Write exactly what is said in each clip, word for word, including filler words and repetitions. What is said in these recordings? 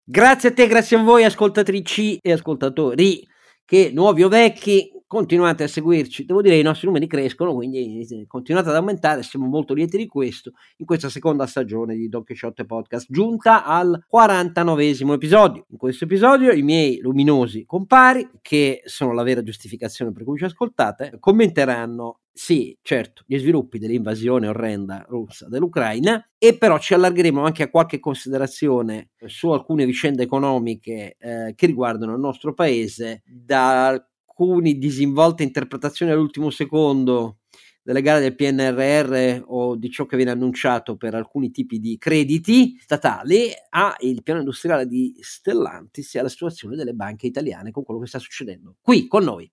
Grazie a te, grazie a voi ascoltatrici e ascoltatori, che nuovi o vecchi continuate a seguirci. Devo dire, i nostri numeri crescono, quindi continuate ad aumentare, siamo molto lieti di questo, in questa seconda stagione di Don Chisciotte Podcast, giunta al quarantanovesimo episodio. In questo episodio i miei luminosi compari, che sono la vera giustificazione per cui ci ascoltate, commenteranno sì, certo, gli sviluppi dell'invasione orrenda russa dell'Ucraina, e però ci allargheremo anche a qualche considerazione su alcune vicende economiche eh, che riguardano il nostro paese, da alcuni disinvolte interpretazioni all'ultimo secondo delle gare del P N R R o di ciò che viene annunciato per alcuni tipi di crediti statali, a il piano industriale di Stellantis e alla situazione delle banche italiane con quello che sta succedendo qui con noi.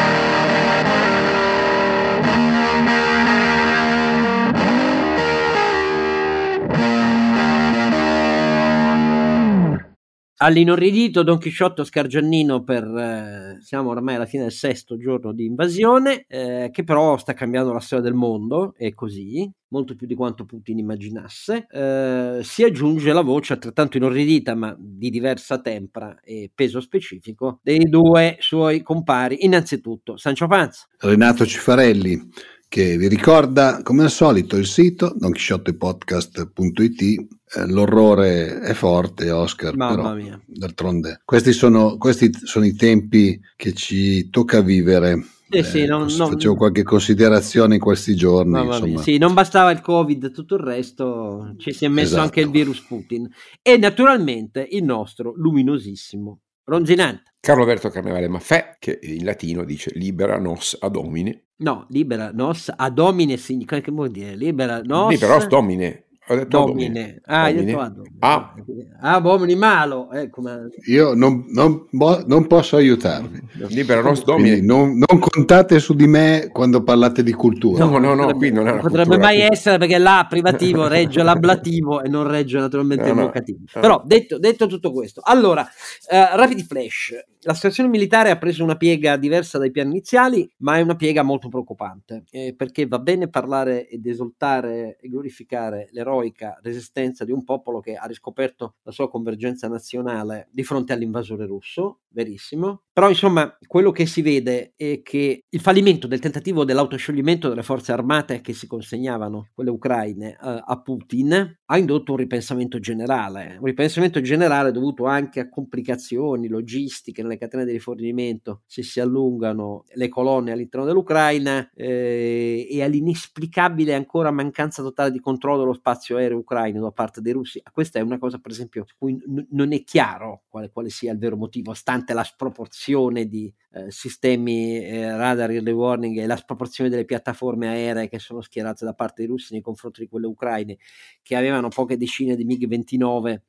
All'inorridito Don Chisciotto Scargiannino per eh, siamo ormai alla fine del sesto giorno di invasione, eh, che però sta cambiando la storia del mondo, è così, molto più di quanto Putin immaginasse. Eh, si aggiunge la voce altrettanto inorridita, ma di diversa tempra e peso specifico, dei due suoi compari. Innanzitutto Sancio Panza, Renato Cifarelli, che vi ricorda come al solito il sito don chisciotte podcast punto it. Eh, l'orrore è forte, Oscar, mamma però mia, d'altronde questi sono, questi sono i tempi che ci tocca vivere. Sì, eh, sì, non, non, facevo qualche considerazione in questi giorni, mamma insomma. mia, sì, non bastava il Covid, tutto il resto, ci si è messo Esatto. anche il virus Putin e naturalmente il nostro luminosissimo Ronzinante. Carlo Alberto Carnevale Maffè, che in latino dice libera nos ad homine. No, libera nos ad homine significa, che vuol dire? Libera nos libera nos domine. Ho detto domine. domine. Ah, hai domine. detto ad homine. Ah. Ah, domini malo. Ecco, ma... Io non, non, non posso aiutarvi. Libera nos domine. Non, non contate su di me quando parlate di cultura. No, no, no, potrebbe, qui non è una potrebbe cultura, mai qui... essere, perché là privativo regge l'ablativo e non regge naturalmente il no, vocativo. no. Però detto, detto tutto questo, allora, eh, rapidi flash. La situazione militare ha preso una piega diversa dai piani iniziali, ma è una piega molto preoccupante, eh, perché va bene parlare ed esaltare e glorificare l'eroica resistenza di un popolo che ha riscoperto la sua convergenza nazionale di fronte all'invasore russo, verissimo, però insomma quello che si vede è che il fallimento del tentativo dell'autoscioglimento delle forze armate che si consegnavano, quelle ucraine, eh, a Putin, ha indotto un ripensamento generale, un ripensamento generale dovuto anche a complicazioni logistiche nelle catene di rifornimento, se si allungano le colonne all'interno dell'Ucraina, eh, e all'inesplicabile ancora mancanza totale di controllo dello spazio aereo ucraino da parte dei russi. Questa è una cosa, per esempio, su cui n- non è chiaro quale, quale sia il vero motivo, stante la sproporzione di eh, sistemi eh, radar early warning e la sproporzione delle piattaforme aeree che sono schierate da parte dei russi nei confronti di quelle ucraine, che avevano poche decine di MiG ventinove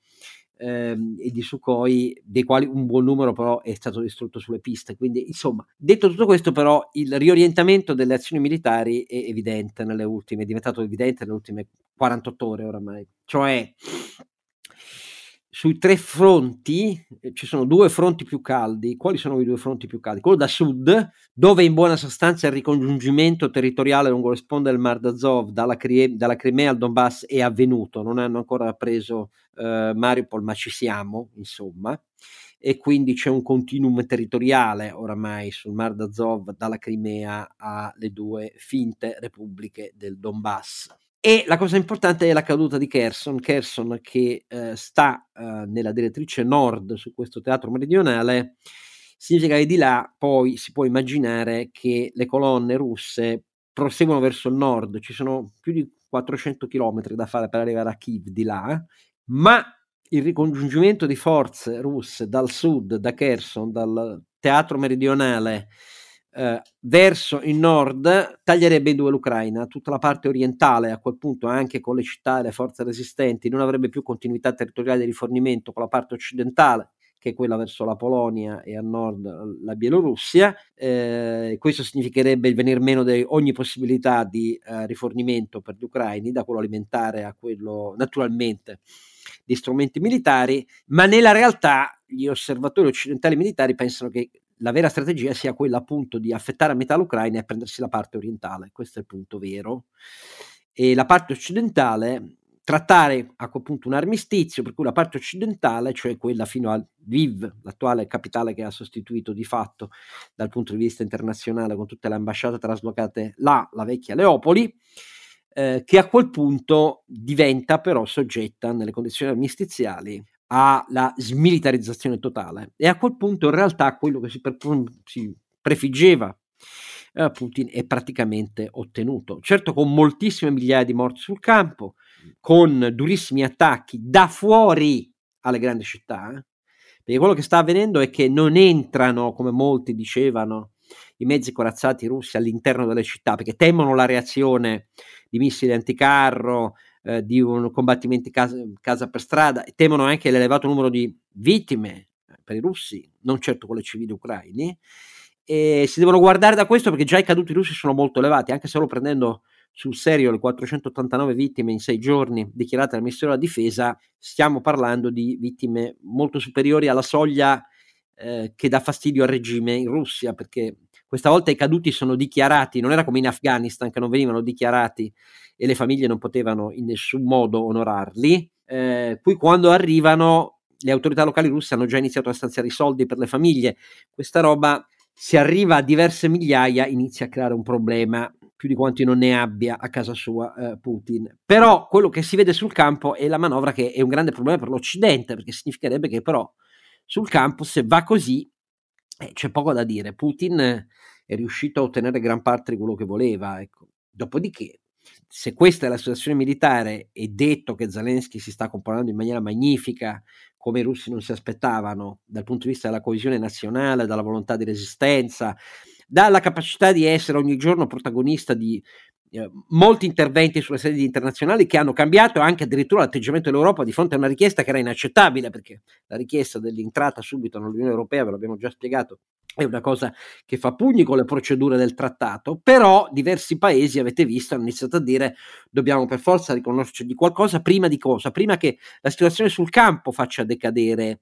ehm, e di Sukhoi, dei quali un buon numero però è stato distrutto sulle piste. Quindi insomma, detto tutto questo, però il riorientamento delle azioni militari è evidente nelle ultime, è diventato evidente nelle ultime quarantotto ore oramai, cioè sui tre fronti, eh, ci sono due fronti più caldi. Quali sono i due fronti più caldi? Quello da sud, dove in buona sostanza il ricongiungimento territoriale lungo le sponde del Mar d'Azov, dalla, Crie- dalla Crimea al Donbass, è avvenuto. Non hanno ancora preso eh, Mariupol, ma ci siamo, insomma. E quindi c'è un continuum territoriale oramai sul Mar d'Azov, dalla Crimea alle due finte repubbliche del Donbass. E la cosa importante è la caduta di Kherson, Kherson che eh, sta eh, nella direttrice nord su questo teatro meridionale, significa che di là poi si può immaginare che le colonne russe proseguono verso il nord, ci sono più di quattrocento chilometri da fare per arrivare a Kiev di là, ma il ricongiungimento di forze russe dal sud, da Kherson, dal teatro meridionale, Uh, verso il nord taglierebbe in due l'Ucraina, tutta la parte orientale a quel punto, anche con le città e le forze resistenti, non avrebbe più continuità territoriale di rifornimento con la parte occidentale, che è quella verso la Polonia e a nord la Bielorussia. Eh, questo significherebbe il venir meno di ogni possibilità di uh, rifornimento per gli ucraini, da quello alimentare a quello naturalmente di strumenti militari, ma nella realtà gli osservatori occidentali militari pensano che la vera strategia sia quella appunto di affettare a metà l'Ucraina e prendersi la parte orientale. Questo è il punto vero. E la parte occidentale, trattare a quel punto un armistizio per cui la parte occidentale, cioè quella fino a Lviv, l'attuale capitale che ha sostituito di fatto dal punto di vista internazionale con tutte le ambasciate traslocate là, la vecchia Leopoli, eh, che a quel punto diventa però soggetta nelle condizioni armistiziali alla smilitarizzazione totale, e a quel punto in realtà quello che si, per, si prefiggeva eh, Putin è praticamente ottenuto, certo con moltissime migliaia di morti sul campo, con durissimi attacchi da fuori alle grandi città, eh? Perché quello che sta avvenendo è che non entrano, come molti dicevano, i mezzi corazzati russi all'interno delle città perché temono la reazione di missili anticarro, eh, di un combattimenti casa, casa per strada, e temono anche l'elevato numero di vittime per i russi, non certo con le civili ucraini, e si devono guardare da questo perché già i caduti russi sono molto elevati, anche solo prendendo sul serio le quattrocentottantanove vittime in sei giorni dichiarate dal Ministero della Difesa, stiamo parlando di vittime molto superiori alla soglia eh, che dà fastidio al regime in Russia, perché questa volta i caduti sono dichiarati, non era come in Afghanistan che non venivano dichiarati e le famiglie non potevano in nessun modo onorarli. Eh, qui quando arrivano le autorità locali russe hanno già iniziato a stanziare i soldi per le famiglie. Questa roba, si arriva a diverse migliaia, inizia a creare un problema più di quanti non ne abbia a casa sua eh, Putin. Però quello che si vede sul campo è la manovra, che è un grande problema per l'Occidente, perché significherebbe che però sul campo, se va così, eh, c'è poco da dire. Putin è riuscito a ottenere gran parte di quello che voleva, ecco. Dopodiché, se questa è la situazione militare, è detto che Zelensky si sta comportando in maniera magnifica, come i russi non si aspettavano, dal punto di vista della coesione nazionale, dalla volontà di resistenza, dalla capacità di essere ogni giorno protagonista di eh, molti interventi sulle sedi internazionali che hanno cambiato anche addirittura l'atteggiamento dell'Europa di fronte a una richiesta che era inaccettabile, perché la richiesta dell'entrata subito nell'Unione Europea, ve l'abbiamo già spiegato, è una cosa che fa pugni con le procedure del trattato, però diversi paesi, avete visto, hanno iniziato a dire dobbiamo per forza riconoscerci di qualcosa. Prima di cosa? Prima che la situazione sul campo faccia decadere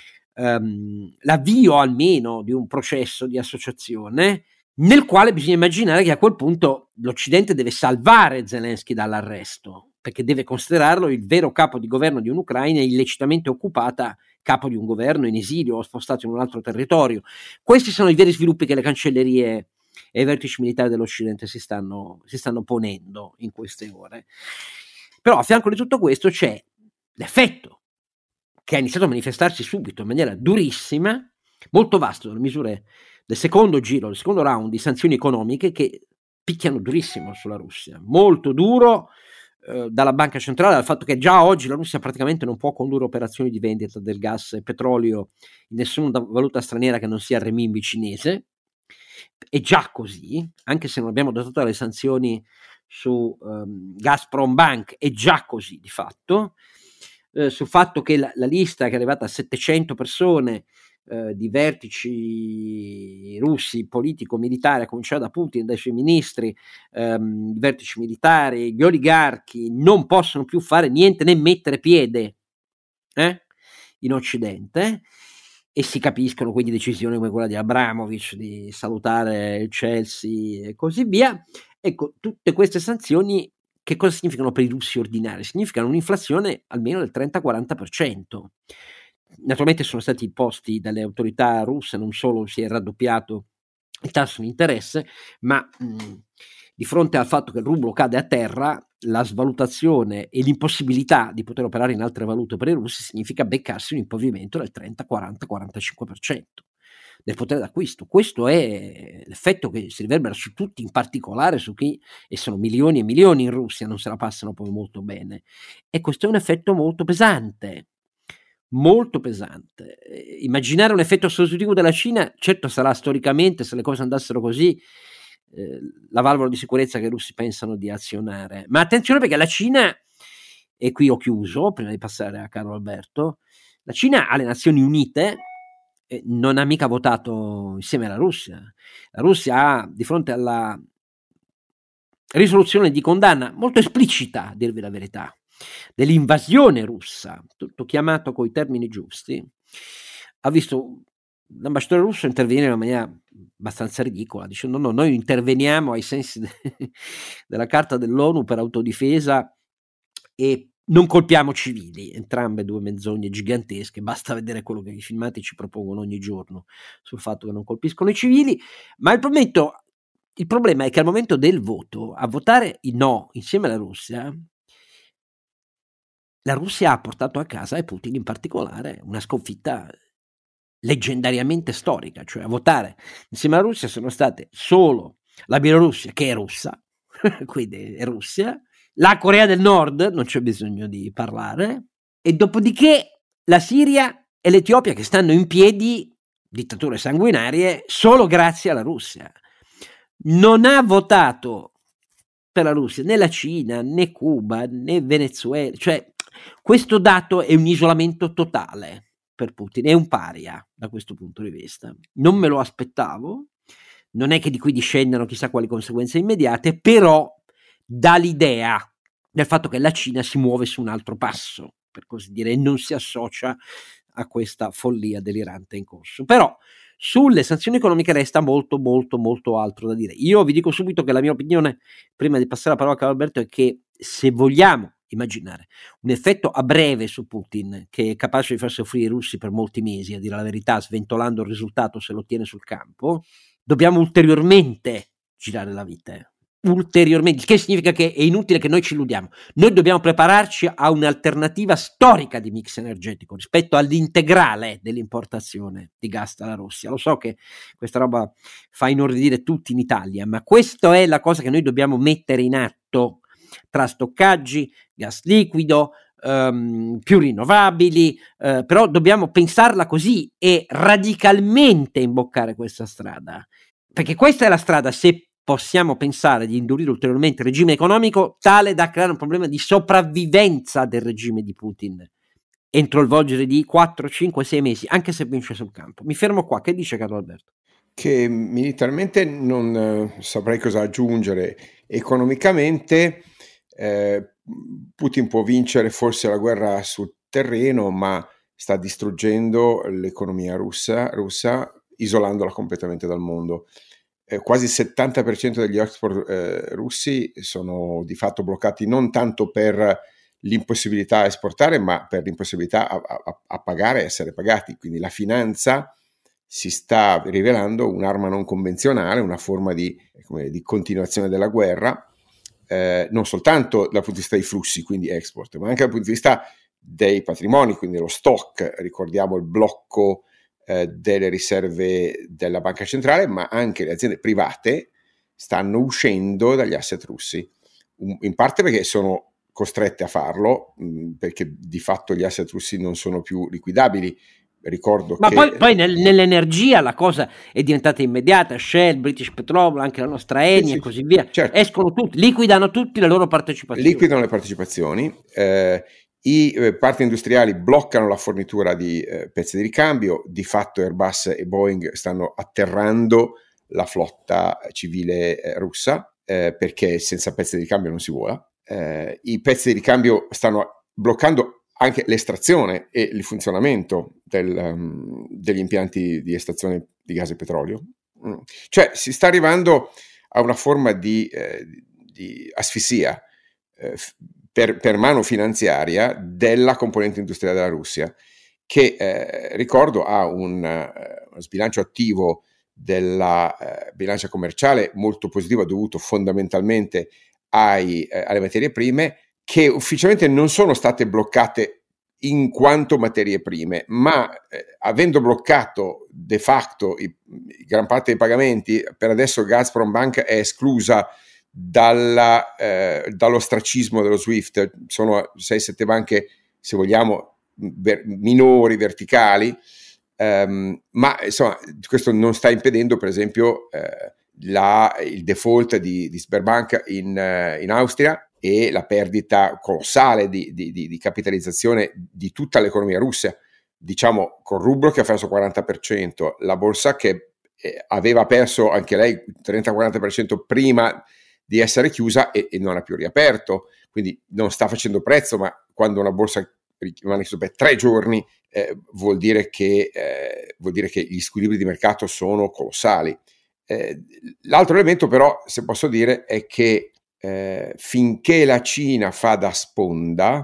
um, l'avvio almeno di un processo di associazione, nel quale bisogna immaginare che a quel punto l'Occidente deve salvare Zelensky dall'arresto, perché deve considerarlo il vero capo di governo di un'Ucraina illecitamente occupata, capo di un governo in esilio o spostato in un altro territorio. Questi sono i veri sviluppi che le cancellerie e i vertici militari dell'Occidente si stanno, si stanno ponendo in queste ore. Però a fianco di tutto questo c'è l'effetto che ha iniziato a manifestarsi subito in maniera durissima, molto vasto, delle misure del secondo giro, del secondo round di sanzioni economiche che picchiano durissimo sulla Russia, molto duro, eh, dalla banca centrale, dal fatto che già oggi la Russia praticamente non può condurre operazioni di vendita del gas e petrolio in nessuna valuta straniera che non sia il renminbi cinese. È già così, anche se non abbiamo dato le sanzioni su um, Gazprom Bank, è già così di fatto. Eh, sul fatto che la, la lista che è arrivata a settecento persone eh, di vertici russi, politico-militari, a cominciare da Putin, dai suoi ministri, ehm, i vertici militari, gli oligarchi, non possono più fare niente né mettere piede eh, in Occidente, e si capiscono quindi decisioni come quella di Abramovich di salutare il Chelsea e così via. Ecco, tutte queste sanzioni che cosa significano per i russi ordinari? Significano un'inflazione almeno del trenta-quaranta per cento. Naturalmente sono stati imposti dalle autorità russe, non solo si è raddoppiato il tasso di interesse, ma mh, di fronte al fatto che il rublo cade a terra, la svalutazione e l'impossibilità di poter operare in altre valute per i russi significa beccarsi un impoverimento del trenta, quaranta, quarantacinque per cento del potere d'acquisto. Questo è l'effetto che si riverbera su tutti, in particolare su chi, e sono milioni e milioni in Russia, non se la passano poi molto bene, e questo è un effetto molto pesante, molto pesante. Immaginare un effetto sostitutivo della Cina, certo sarà storicamente, se le cose andassero così, eh, la valvola di sicurezza che i russi pensano di azionare. Ma attenzione, perché la Cina, e qui ho chiuso prima di passare a Carlo Alberto, la Cina alle Nazioni Unite eh, non ha mica votato insieme alla Russia. La Russia ha, di fronte alla risoluzione di condanna molto esplicita, a dirvi la verità, dell'invasione russa, tutto chiamato coi termini giusti, ha visto l'ambasciatore russo intervenire in una maniera abbastanza ridicola, dicendo no, noi interveniamo ai sensi de- della Carta dell'ONU per autodifesa e non colpiamo civili, entrambe due menzogne gigantesche, basta vedere quello che i filmati ci propongono ogni giorno sul fatto che non colpiscono i civili, ma il momento, il problema è che al momento del voto, a votare il no insieme alla Russia, la Russia ha portato a casa, e Putin in particolare, una sconfitta leggendariamente storica, cioè a votare insieme alla Russia sono state solo la Bielorussia, che è russa, quindi è Russia, la Corea del Nord, non c'è bisogno di parlare, e dopodiché la Siria e l'Etiopia, che stanno in piedi, dittature sanguinarie, solo grazie alla Russia. Non ha votato per la Russia né la Cina, né Cuba, né Venezuela, cioè questo dato è un isolamento totale per Putin, è un paria da questo punto di vista. Non me lo aspettavo, non è che di qui discendano chissà quali conseguenze immediate, però dà l'idea del fatto che la Cina si muove su un altro passo, per così dire, e non si associa a questa follia delirante in corso. Però sulle sanzioni economiche resta molto molto molto altro da dire. Io vi dico subito che la mia opinione, prima di passare la parola a Carlo Alberto, è che se vogliamo immaginare un effetto a breve su Putin, che è capace di far soffrire i russi per molti mesi, a dire la verità, sventolando il risultato se lo ottiene sul campo, dobbiamo ulteriormente girare la vite. Ulteriormente, il che significa che è inutile che noi ci illudiamo. Noi dobbiamo prepararci a un'alternativa storica di mix energetico rispetto all'integrale dell'importazione di gas dalla Russia. Lo so che questa roba fa inorridire tutti in Italia, ma questa è la cosa che noi dobbiamo mettere in atto, tra stoccaggi, gas liquido, um, più rinnovabili, uh, però dobbiamo pensarla così e radicalmente imboccare questa strada, perché questa è la strada, se possiamo pensare di indurire ulteriormente il regime economico tale da creare un problema di sopravvivenza del regime di Putin entro il volgere di quattro, cinque, sei mesi, anche se vince sul campo. Mi fermo qua. Che dice Carlo Alberto? Che militarmente non eh, saprei cosa aggiungere. Economicamente eh, Putin può vincere forse la guerra sul terreno, ma sta distruggendo l'economia russa, russa isolandola completamente dal mondo. Eh, quasi il settanta per cento degli export eh, russi sono di fatto bloccati, non tanto per l'impossibilità a esportare, ma per l'impossibilità a, a, a pagare e essere pagati. Quindi la finanza si sta rivelando un'arma non convenzionale, una forma di, come, di continuazione della guerra, eh, non soltanto dal punto di vista dei flussi, quindi export, ma anche dal punto di vista dei patrimoni, quindi lo stock. Ricordiamo il blocco eh, delle riserve della banca centrale, ma anche le aziende private stanno uscendo dagli asset russi, in parte perché sono costrette a farlo, mh, perché di fatto gli asset russi non sono più liquidabili. Ricordo ma che poi, poi nel, nell'energia la cosa è diventata immediata. Shell, British Petroleum, anche la nostra Eni, sì, e così via, certo, escono tutti, liquidano tutti le loro partecipazioni. Liquidano le partecipazioni, eh, i eh, parti industriali bloccano la fornitura di eh, pezzi di ricambio. Di fatto Airbus e Boeing stanno atterrando la flotta civile eh, russa, eh, perché senza pezzi di ricambio non si vola. Eh, I pezzi di ricambio stanno bloccando anche l'estrazione e il funzionamento del, um, degli impianti di estrazione di gas e petrolio. Mm. Cioè si sta arrivando a una forma di, eh, di asfissia eh, per, per mano finanziaria della componente industriale della Russia, che eh, ricordo ha un, uh, uno sbilancio attivo della uh, bilancia commerciale molto positivo, dovuto fondamentalmente ai, eh, alle materie prime, che ufficialmente non sono state bloccate in quanto materie prime, ma eh, avendo bloccato de facto i, i gran parte dei pagamenti, per adesso Gazprom Bank è esclusa dalla, eh, dall'ostracismo dello SWIFT. Sono sei sette banche, se vogliamo, ver- minori, verticali, ehm, ma insomma questo non sta impedendo per esempio eh, la, il default di, di Sberbank in, uh, in Austria e la perdita colossale di, di, di capitalizzazione di tutta l'economia russa, diciamo col rublo che ha perso quaranta per cento, la borsa che eh, aveva perso anche lei trenta quaranta per cento prima di essere chiusa e, e non ha più riaperto, quindi non sta facendo prezzo, ma quando una borsa rimane chiusa per tre giorni eh, vuol dire che, eh, vuol dire che gli squilibri di mercato sono colossali. Eh, l'altro elemento però, se posso dire, è che eh, finché la Cina fa da sponda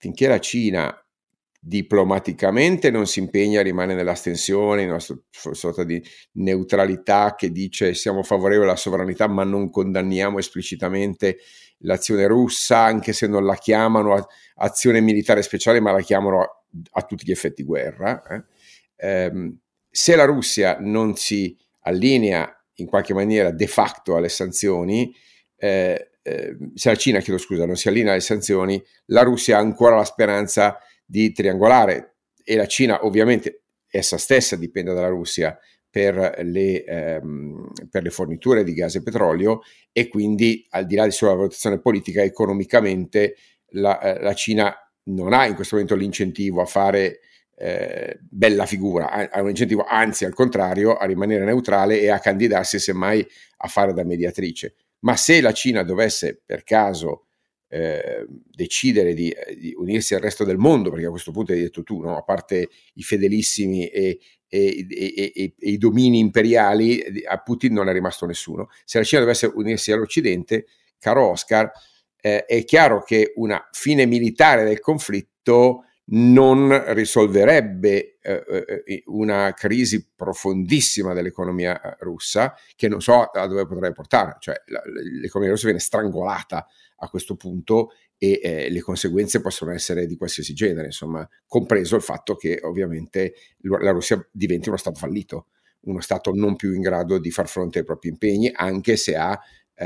finché la Cina diplomaticamente non si impegna, rimane nell'astensione, in una sorta di neutralità che dice siamo favorevoli alla sovranità ma non condanniamo esplicitamente l'azione russa, anche se non la chiamano azione militare speciale ma la chiamano a, a tutti gli effetti guerra. Eh. Ehm, se la Russia non si allinea in qualche maniera de facto alle sanzioni, eh, eh, se la Cina, chiedo scusa, non si allinea alle sanzioni, la Russia ha ancora la speranza di triangolare, e la Cina ovviamente essa stessa dipende dalla Russia per le, ehm, per le forniture di gas e petrolio, e quindi al di là di solo la valutazione politica, economicamente la, eh, la Cina non ha in questo momento l'incentivo a fare eh, bella figura, ha, ha un incentivo anzi al contrario a rimanere neutrale e a candidarsi semmai a fare da mediatrice. Ma se la Cina dovesse per caso Eh, decidere di, di unirsi al resto del mondo, perché a questo punto hai detto tu, no? A parte i fedelissimi e, e, e, e, e i domini imperiali, a Putin non è rimasto nessuno. Se la Cina dovesse unirsi all'Occidente, caro Oscar, eh, è chiaro che una fine militare del conflitto non risolverebbe eh, una crisi profondissima dell'economia russa, che non so a dove potrebbe portare. Cioè la, l'economia russa viene strangolata a questo punto e eh, le conseguenze possono essere di qualsiasi genere, insomma, compreso il fatto che ovviamente la Russia diventi uno stato fallito, uno stato non più in grado di far fronte ai propri impegni, anche se ha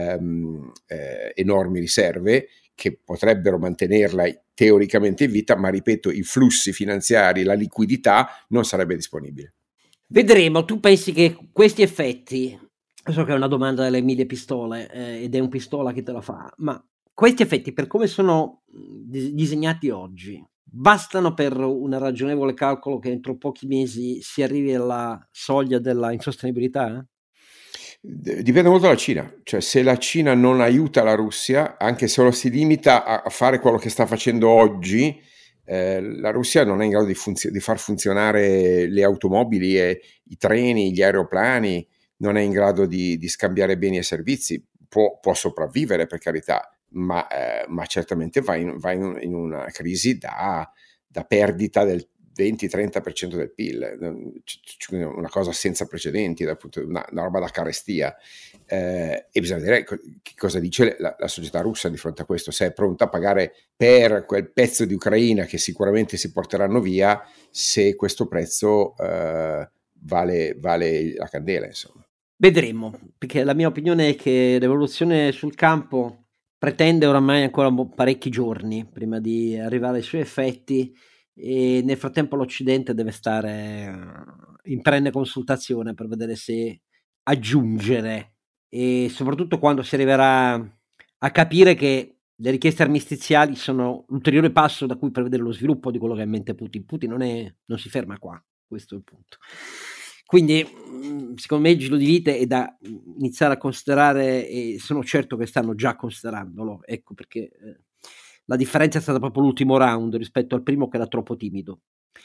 ehm, eh, enormi riserve che potrebbero mantenerla teoricamente in vita, ma ripeto, i flussi finanziari, la liquidità non sarebbe disponibile. Vedremo. Tu pensi che questi effetti, so che è una domanda delle mille pistole eh, ed è un pistola che te la fa, ma questi effetti, per come sono dis- disegnati oggi, bastano per un ragionevole calcolo che entro pochi mesi si arrivi alla soglia della insostenibilità? Dipende molto dalla Cina, cioè se la Cina non aiuta la Russia, anche se lo si limita a, a fare quello che sta facendo oggi, eh, la Russia non è in grado di, funzio- di far funzionare le automobili e i treni, gli aeroplani, non è in grado di, di scambiare beni e servizi, può, può sopravvivere per carità, ma, eh, ma certamente va in, va in, in una crisi da, da perdita del venti trenta per cento del P I L, una cosa senza precedenti, una, una roba da carestia, eh, e bisogna vedere che cosa dice la, la società russa di fronte a questo, se è pronta a pagare per quel pezzo di Ucraina che sicuramente si porteranno via, se questo prezzo eh, vale, vale la candela, insomma. Vedremo, perché la mia opinione è che l'evoluzione sul campo pretende oramai ancora parecchi giorni prima di arrivare ai suoi effetti, e nel frattempo l'Occidente deve stare in perenne consultazione per vedere se aggiungere, e soprattutto quando si arriverà a capire che le richieste armistiziali sono l'ulteriore passo da cui prevedere lo sviluppo di quello che ha in mente Putin. Putin non, è, non si ferma qua, questo è il punto. Quindi secondo me il giro di vite è da iniziare a considerare, e sono certo che stanno già considerandolo, ecco perché eh, la differenza è stata proprio l'ultimo round rispetto al primo, che era troppo timido,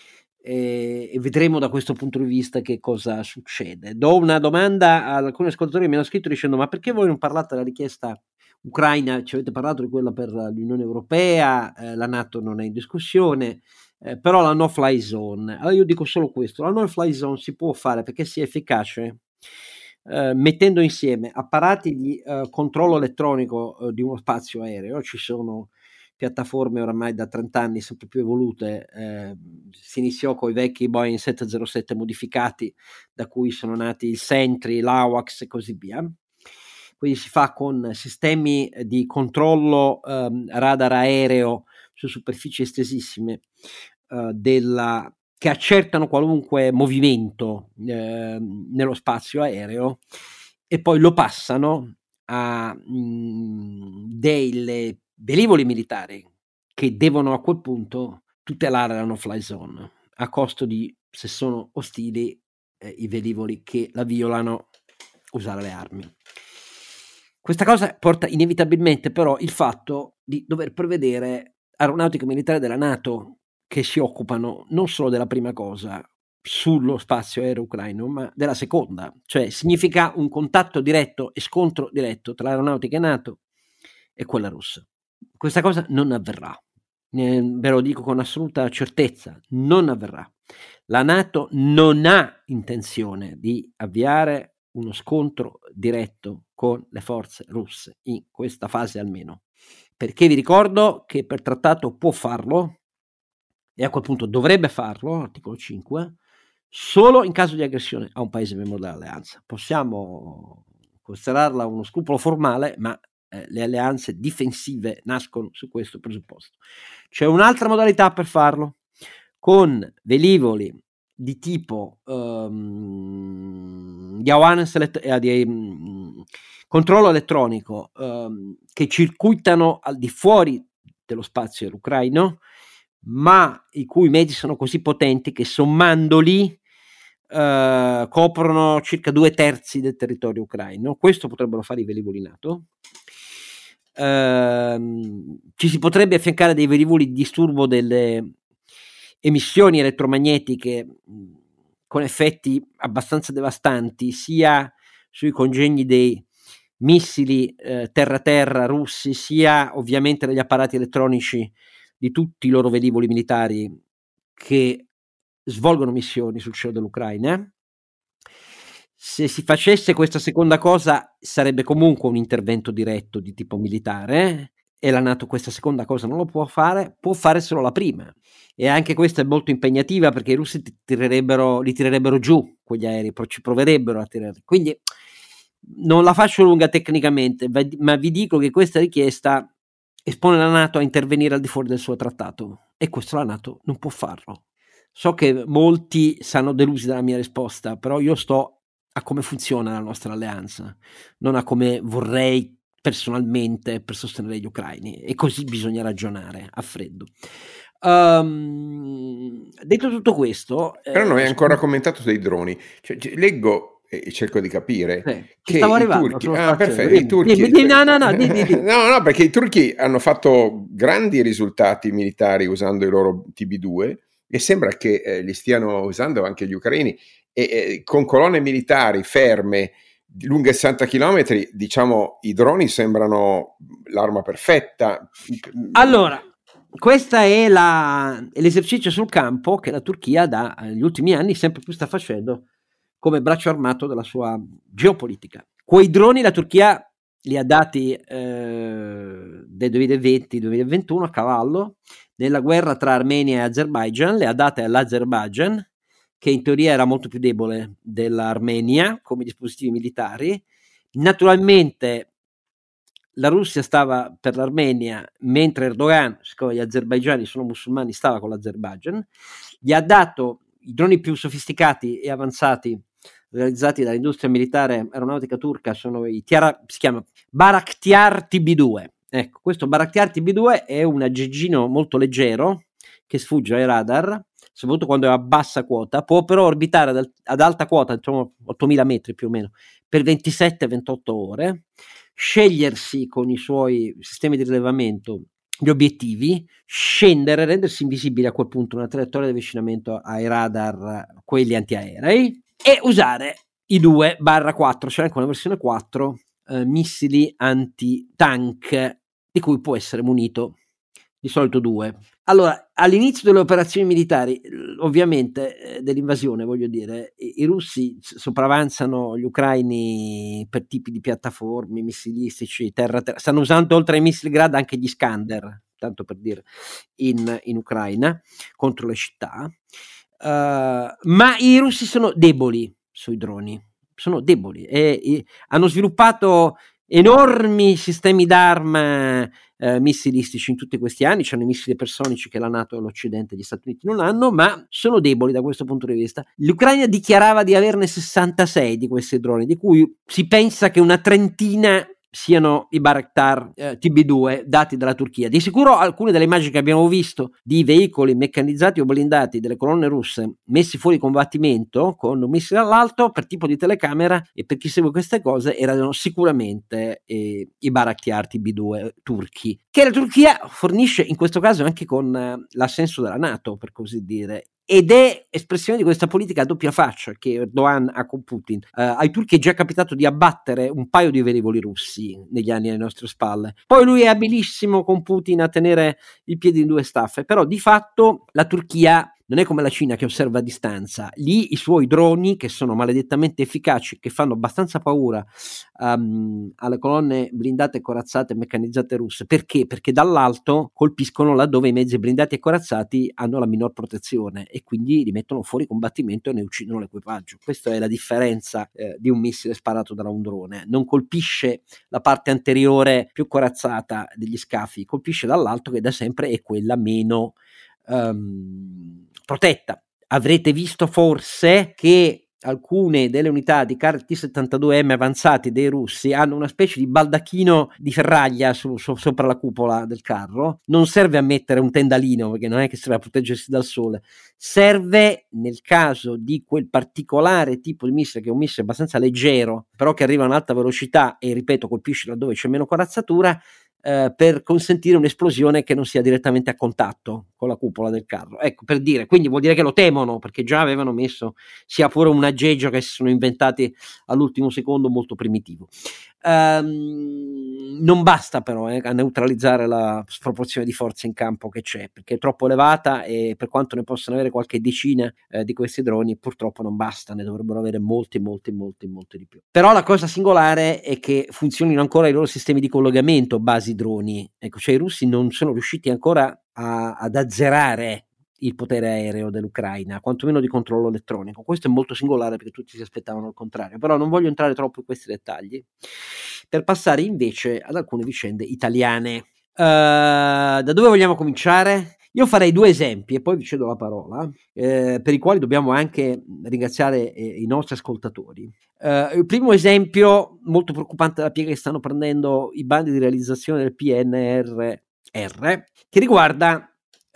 e, e vedremo da questo punto di vista che cosa succede. Do una domanda ad alcuni ascoltatori che mi hanno scritto dicendo: ma perché voi non parlate della richiesta ucraina? Ci avete parlato di quella per l'Unione Europea, eh, la NATO non è in discussione, eh, però la no-fly zone, allora io dico solo questo: la no-fly zone si può fare perché sia efficace eh, mettendo insieme apparati di eh, controllo elettronico eh, di uno spazio aereo. Ci sono piattaforme oramai da trenta anni sempre più evolute, eh, si iniziò con i vecchi Boeing sette zero sette modificati, da cui sono nati il Sentry, l'AWACS e così via. Quindi si fa con sistemi di controllo ehm, radar aereo su superfici estesissime eh, della, che accertano qualunque movimento eh, nello spazio aereo, e poi lo passano a mh, delle velivoli militari che devono a quel punto tutelare la no-fly zone a costo di, se sono ostili, eh, i velivoli che la violano, usare le armi. Questa cosa porta inevitabilmente però il fatto di dover prevedere aeronautica militare della NATO che si occupano non solo della prima cosa sullo spazio aereo ucraino, ma della seconda, cioè significa un contatto diretto e scontro diretto tra l'aeronautica NATO e quella russa. Questa cosa non avverrà, eh, ve lo dico con assoluta certezza, non avverrà. La NATO non ha intenzione di avviare uno scontro diretto con le forze russe, in questa fase almeno, perché vi ricordo che per trattato può farlo, e a quel punto dovrebbe farlo, articolo cinque, solo in caso di aggressione a un paese membro dell'alleanza. Possiamo considerarla uno scrupolo formale, ma eh, le alleanze difensive nascono su questo presupposto. C'è un'altra modalità per farlo, con velivoli di tipo um, di awareness elett- eh, di um, controllo elettronico um, che circuitano al di fuori dello spazio dell'ucraino, ma i cui mezzi sono così potenti che sommandoli uh, coprono circa due terzi del territorio ucraino. Questo potrebbero fare i velivoli NATO. Uh, ci si potrebbe affiancare dei velivoli di disturbo delle emissioni elettromagnetiche con effetti abbastanza devastanti sia sui congegni dei missili eh, terra-terra russi, sia ovviamente degli apparati elettronici di tutti i loro velivoli militari che svolgono missioni sul cielo dell'Ucraina. Se si facesse questa seconda cosa sarebbe comunque un intervento diretto di tipo militare, e la NATO questa seconda cosa non lo può fare, può fare solo la prima, e anche questa è molto impegnativa perché i russi tirerebbero, li tirerebbero giù quegli aerei, ci proverebbero a tirare. Quindi non la faccio lunga tecnicamente, ma vi dico che questa richiesta espone la NATO a intervenire al di fuori del suo trattato, e questo la NATO non può farlo. So che molti saranno delusi dalla mia risposta, però io sto a come funziona la nostra alleanza, non a come vorrei personalmente per sostenere gli ucraini, e così bisogna ragionare a freddo. Um, detto tutto questo, però non eh, hai ancora commentato sui droni. Cioè, leggo e cerco di capire eh, che stavo i arrivando, turchi, ah, perfetto, i turchi dimmi, dimmi, no, no, no, dimmi, dimmi. no, no, perché i turchi hanno fatto grandi risultati militari usando i loro T B due, e sembra che eh, li stiano usando anche gli ucraini, e eh, con colonne militari ferme lunghe sessanta chilometri, diciamo, i droni sembrano l'arma perfetta. Allora, questo è la, è l'esercizio sul campo che la Turchia dagli ultimi anni sempre più sta facendo come braccio armato della sua geopolitica. Quei droni la Turchia li ha dati eh, del duemilaventi duemilaventuno a cavallo nella guerra tra Armenia e Azerbaijan, le ha date all'Azerbaijan, che in teoria era molto più debole dell'Armenia come dispositivi militari. Naturalmente la Russia stava per l'Armenia, mentre Erdogan, siccome gli azerbaigiani sono musulmani, stava con l'Azerbaijan. Gli ha dato i droni più sofisticati e avanzati realizzati dall'industria militare aeronautica turca, sono i Tiara, si chiama Bayraktar T B due. Ecco, questo Bayraktar T B due è un aggeggino molto leggero che sfugge ai radar, soprattutto quando è a bassa quota, può però orbitare ad, ad alta quota, diciamo ottomila metri più o meno, per ventisette ventotto ore, scegliersi con i suoi sistemi di rilevamento gli obiettivi, scendere, rendersi invisibile a quel punto una traiettoria di avvicinamento ai radar, quelli antiaerei, e usare i due barra quattro, c'è anche una versione quattro, eh, missili anti-tank, di cui può essere munito di solito due. Allora, all'inizio delle operazioni militari, ovviamente, eh, dell'invasione, voglio dire, i, i russi sopravanzano gli ucraini per tipi di piattaforme missilistici, terra-terra, stanno usando oltre ai missili Grad anche gli Iskander, tanto per dire, in, in Ucraina, contro le città. Uh, ma i russi sono deboli sui droni, sono deboli e, e hanno sviluppato enormi sistemi d'arma eh, missilistici in tutti questi anni. C'hanno i missili personici che la NATO e l'Occidente e gli Stati Uniti non hanno, ma sono deboli da questo punto di vista. L'Ucraina dichiarava di averne sessantasei di questi droni, di cui si pensa che una trentina siano i Bayraktar eh, T B due dati dalla Turchia. Di sicuro alcune delle immagini che abbiamo visto di veicoli meccanizzati o blindati delle colonne russe messi fuori combattimento con un missile all'alto per tipo di telecamera, e per chi segue queste cose erano sicuramente eh, i Bayraktar T B due turchi, che la Turchia fornisce in questo caso anche con eh, l'assenso della NATO, per così dire. ed è espressione di questa politica a doppia faccia che Erdogan ha con Putin. Uh, ai turchi è già capitato di abbattere un paio di velivoli russi negli anni alle nostre spalle. Poi lui è abilissimo con Putin a tenere i piedi in due staffe, però di fatto la Turchia non è come la Cina che osserva a distanza. Lì i suoi droni, che sono maledettamente efficaci, che fanno abbastanza paura um, alle colonne blindate, corazzate e meccanizzate russe. Perché? Perché dall'alto colpiscono laddove i mezzi blindati e corazzati hanno la minor protezione e quindi li mettono fuori combattimento e ne uccidono l'equipaggio. Questa è la differenza eh, di un missile sparato da un drone. Non colpisce la parte anteriore più corazzata degli scafi, colpisce dall'alto, che da sempre è quella meno Um, protetta. Avrete visto forse che alcune delle unità di carri T settantadue M avanzati dei russi hanno una specie di baldacchino di ferraglia su, su, sopra la cupola del carro. Non serve a mettere un tendalino, perché non è che serve a proteggersi dal sole, serve nel caso di quel particolare tipo di missile, che è un missile abbastanza leggero però che arriva a un'alta velocità e, ripeto, colpisce laddove c'è meno corazzatura, Eh, per consentire un'esplosione che non sia direttamente a contatto con la cupola del carro. Ecco, per dire, quindi vuol dire che lo temono, perché già avevano messo, sia pure un aggeggio che si sono inventati all'ultimo secondo, molto primitivo. Um, non basta però eh, a neutralizzare la sproporzione di forze in campo che c'è, perché è troppo elevata, e per quanto ne possano avere qualche decina eh, di questi droni, purtroppo non basta, ne dovrebbero avere molti, molti, molti, molti di più. Però la cosa singolare è che funzionino ancora i loro sistemi di collegamento basi droni. Ecco, cioè i russi non sono riusciti ancora a, ad azzerare il potere aereo dell'Ucraina, quantomeno di controllo elettronico. Questo è molto singolare, perché tutti si aspettavano il contrario, però non voglio entrare troppo in questi dettagli, per passare invece ad alcune vicende italiane. Uh, da dove vogliamo cominciare? Io farei due esempi e poi vi cedo la parola, eh, per i quali dobbiamo anche ringraziare eh, i nostri ascoltatori. Uh, il primo esempio molto preoccupante della piega che stanno prendendo i bandi di realizzazione del P N R R, che riguarda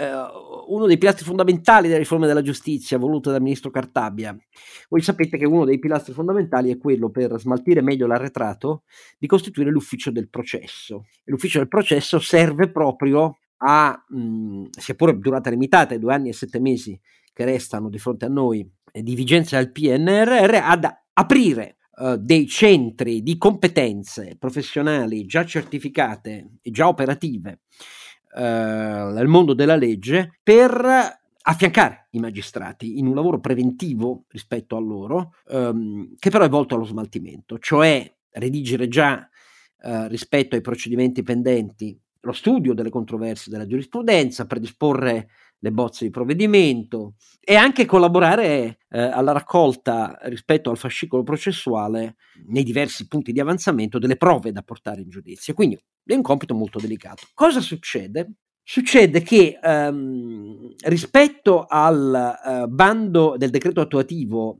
uh, uno dei pilastri fondamentali della riforma della giustizia voluta dal ministro Cartabia. Voi sapete che uno dei pilastri fondamentali è quello, per smaltire meglio l'arretrato, di costituire l'ufficio del processo. E l'ufficio del processo serve proprio a, mh, sia pure durata limitata, ai due anni e sette mesi che restano di fronte a noi eh, di vigenza del P N R R, ad aprire uh, dei centri di competenze professionali già certificate e già operative uh, nel mondo della legge, per affiancare i magistrati in un lavoro preventivo rispetto a loro, um, che però è volto allo smaltimento, cioè redigere già uh, rispetto ai procedimenti pendenti lo studio delle controversie della giurisprudenza, predisporre le bozze di provvedimento e anche collaborare eh, alla raccolta rispetto al fascicolo processuale nei diversi punti di avanzamento delle prove da portare in giudizio. Quindi è un compito molto delicato. Cosa succede? Succede che ehm, rispetto al eh, bando del decreto attuativo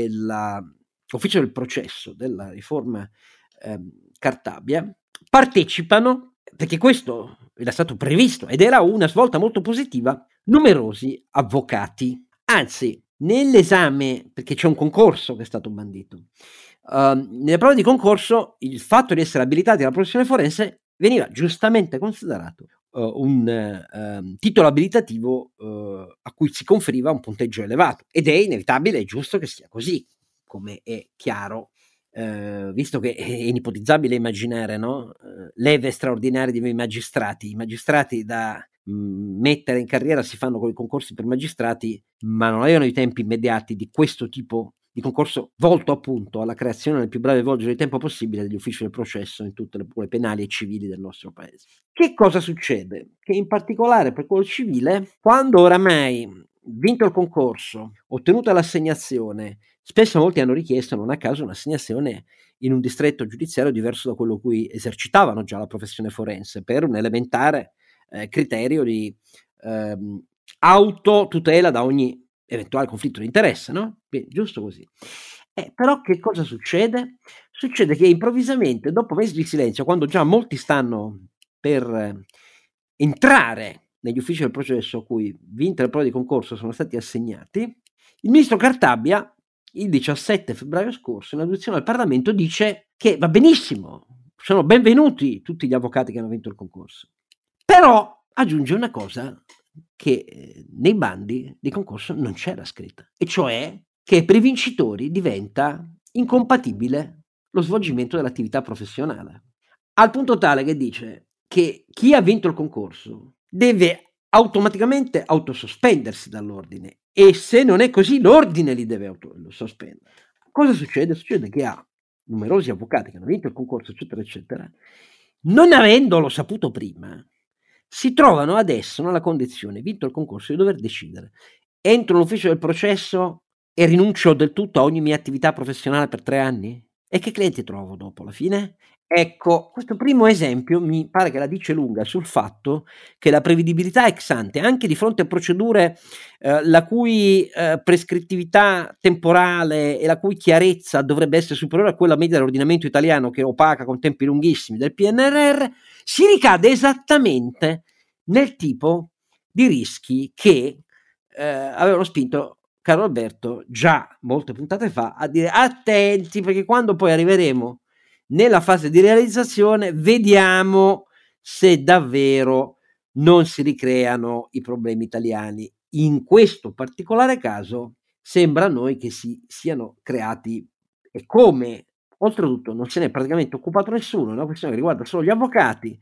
dell'ufficio del processo della riforma ehm, Cartabia, partecipano, perché questo era stato previsto ed era una svolta molto positiva, numerosi avvocati. Anzi, nell'esame, perché c'è un concorso che è stato bandito, uh, nelle prove di concorso il fatto di essere abilitati alla professione forense veniva giustamente considerato uh, un uh, titolo abilitativo uh, a cui si conferiva un punteggio elevato, ed è inevitabile e giusto che sia così, come è chiaro. Uh, visto che è inipotizzabile immaginare, no? uh, leve straordinarie di magistrati, i magistrati da mh, mettere in carriera si fanno con i concorsi per magistrati, ma non avevano i tempi immediati di questo tipo di concorso, volto appunto alla creazione nel più breve volgere di tempo possibile degli uffici del processo in tutte le pure penali e civili del nostro paese. Che cosa succede? Che in particolare per quello civile, quando oramai vinto il concorso, ottenuta l'assegnazione, spesso molti hanno richiesto, non a caso, un'assegnazione in un distretto giudiziario diverso da quello cui esercitavano già la professione forense, per un elementare eh, criterio di ehm, autotutela da ogni eventuale conflitto di interesse, no? Beh, giusto così. Eh, però che cosa succede? Succede che improvvisamente, dopo mesi di silenzio, quando già molti stanno per eh, entrare negli uffici del processo a cui, vinte le prove di concorso, sono stati assegnati, il ministro Cartabia, il diciassette febbraio scorso, in audizione al Parlamento, dice che va benissimo, sono benvenuti tutti gli avvocati che hanno vinto il concorso, però aggiunge una cosa che eh, nei bandi di concorso non c'era scritta, e cioè che per i vincitori diventa incompatibile lo svolgimento dell'attività professionale, al punto tale che dice che chi ha vinto il concorso deve automaticamente autosospendersi dall'ordine, e se non è così l'ordine li deve auto- sospendere. Cosa succede? Succede che ha numerosi avvocati che hanno vinto il concorso, eccetera, eccetera, non avendolo saputo prima, si trovano adesso nella condizione, vinto il concorso, di dover decidere: entro l'ufficio del processo e rinuncio del tutto a ogni mia attività professionale per tre anni? E che clienti trovo dopo alla fine? Ecco, questo primo esempio mi pare che la dice lunga sul fatto che la prevedibilità ex ante, anche di fronte a procedure eh, la cui eh, prescrittività temporale e la cui chiarezza dovrebbe essere superiore a quella media dell'ordinamento italiano, che opaca con tempi lunghissimi, del P N R R, si ricade esattamente nel tipo di rischi che eh, avevano spinto Carlo Alberto già molte puntate fa a dire attenti, perché quando poi arriveremo nella fase di realizzazione vediamo se davvero non si ricreano i problemi italiani. In questo particolare caso sembra a noi che si siano creati, e come oltretutto non se ne è praticamente occupato nessuno, è una questione che riguarda solo gli avvocati.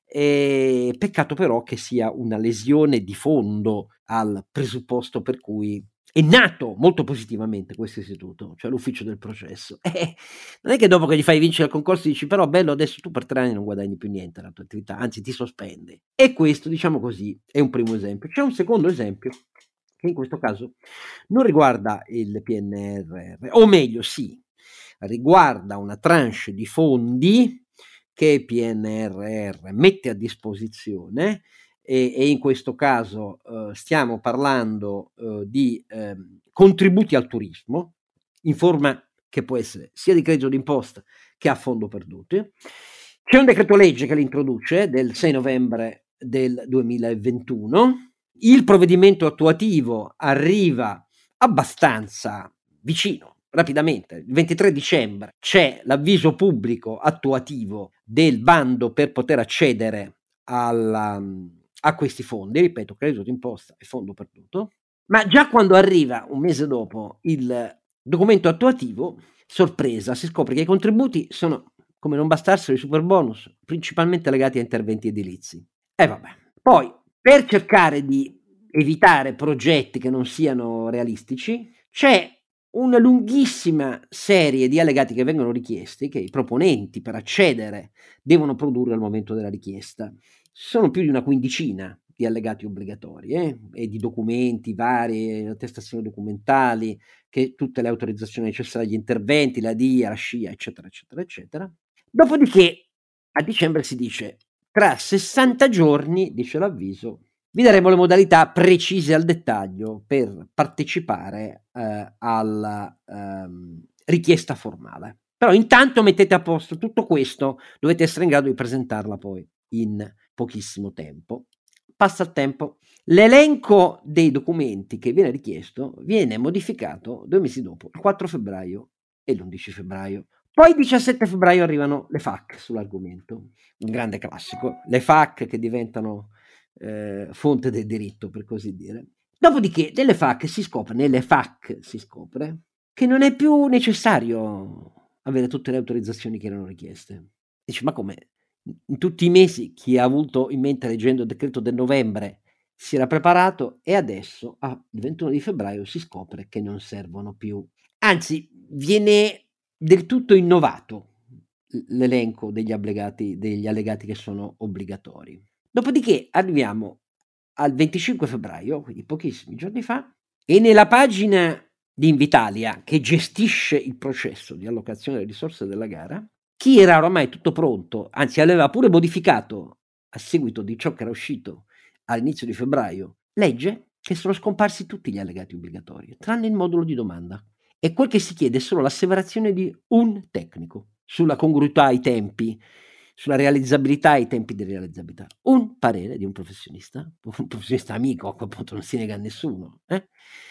E peccato però che sia una lesione di fondo al presupposto per cui è nato molto positivamente questo istituto, cioè l'ufficio del processo. Eh, non è che dopo che gli fai vincere il concorso dici però bello, adesso tu per tre anni non guadagni più niente dalla tua attività, anzi ti sospende. E questo, diciamo così, è un primo esempio. C'è un secondo esempio che in questo caso non riguarda il P N R R, o meglio sì, riguarda una tranche di fondi che il P N R R mette a disposizione, e, e in questo caso eh, stiamo parlando eh, di eh, contributi al turismo in forma che può essere sia di credito d'imposta che a fondo perduto. C'è un decreto legge che li introduce del sei novembre del duemilaventuno. Il provvedimento attuativo arriva abbastanza vicino, rapidamente. Il ventitré dicembre c'è l'avviso pubblico attuativo del bando per poter accedere alla, a questi fondi, ripeto, credito d'imposta e fondo perduto. Ma già quando arriva un mese dopo il documento attuativo, sorpresa, si scopre che i contributi sono, come non bastassero i super bonus, principalmente legati a interventi edilizi. E vabbè. Poi, per cercare di evitare progetti che non siano realistici, c'è una lunghissima serie di allegati che vengono richiesti, che i proponenti per accedere devono produrre al momento della richiesta. Sono più di una quindicina di allegati obbligatori eh, e di documenti vari, attestazioni documentali, che tutte le autorizzazioni necessarie agli interventi, la D I A, la SCIA, eccetera, eccetera, eccetera. Dopodiché a dicembre si dice tra sessanta giorni, dice l'avviso, vi daremo le modalità precise al dettaglio per partecipare eh, alla ehm, richiesta formale. Però intanto mettete a posto tutto questo, dovete essere in grado di presentarla poi in pochissimo tempo. Passa il tempo, l'elenco dei documenti che viene richiesto viene modificato due mesi dopo, il quattro febbraio e l'undici febbraio. Poi il diciassette febbraio arrivano le F A Q sull'argomento, un grande classico, le F A Q che diventano eh, fonte del diritto, per così dire. Dopodiché nelle F A Q si scopre, nelle F A Q si scopre che non è più necessario avere tutte le autorizzazioni che erano richieste. Dici, ma come? In tutti i mesi chi ha avuto in mente leggendo il decreto del novembre si era preparato, e adesso ah, il ventuno di febbraio si scopre che non servono più. Anzi, viene del tutto innovato l'elenco degli allegati, degli allegati che sono obbligatori. Dopodiché arriviamo al venticinque febbraio, quindi pochissimi giorni fa, e nella pagina di Invitalia, che gestisce il processo di allocazione delle risorse della gara, chi era oramai tutto pronto, anzi aveva pure modificato a seguito di ciò che era uscito all'inizio di febbraio, legge che sono scomparsi tutti gli allegati obbligatori, tranne il modulo di domanda. E quel che si chiede è solo l'asseverazione di un tecnico sulla congruità ai tempi, sulla realizzabilità ai tempi di realizzabilità. Un parere di un professionista, un professionista amico, a quel punto non si nega a nessuno. Eh?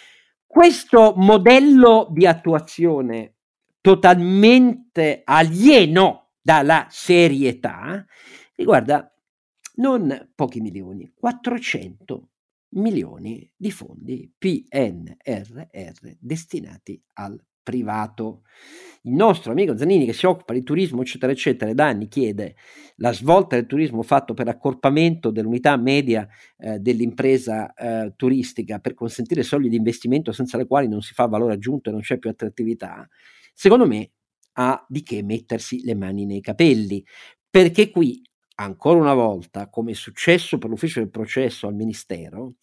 Questo modello di attuazione totalmente alieno dalla serietà riguarda non pochi milioni, quattrocento milioni di fondi P N R R destinati al privato. Il nostro amico Zanini, che si occupa di turismo eccetera eccetera da anni, chiede la svolta del turismo fatto per accorpamento dell'unità media eh, dell'impresa eh, turistica per consentire soglie di investimento senza le quali non si fa valore aggiunto e non c'è più attrattività. Secondo me ha di che mettersi le mani nei capelli, perché qui ancora una volta, come è successo per l'ufficio del processo al Ministero,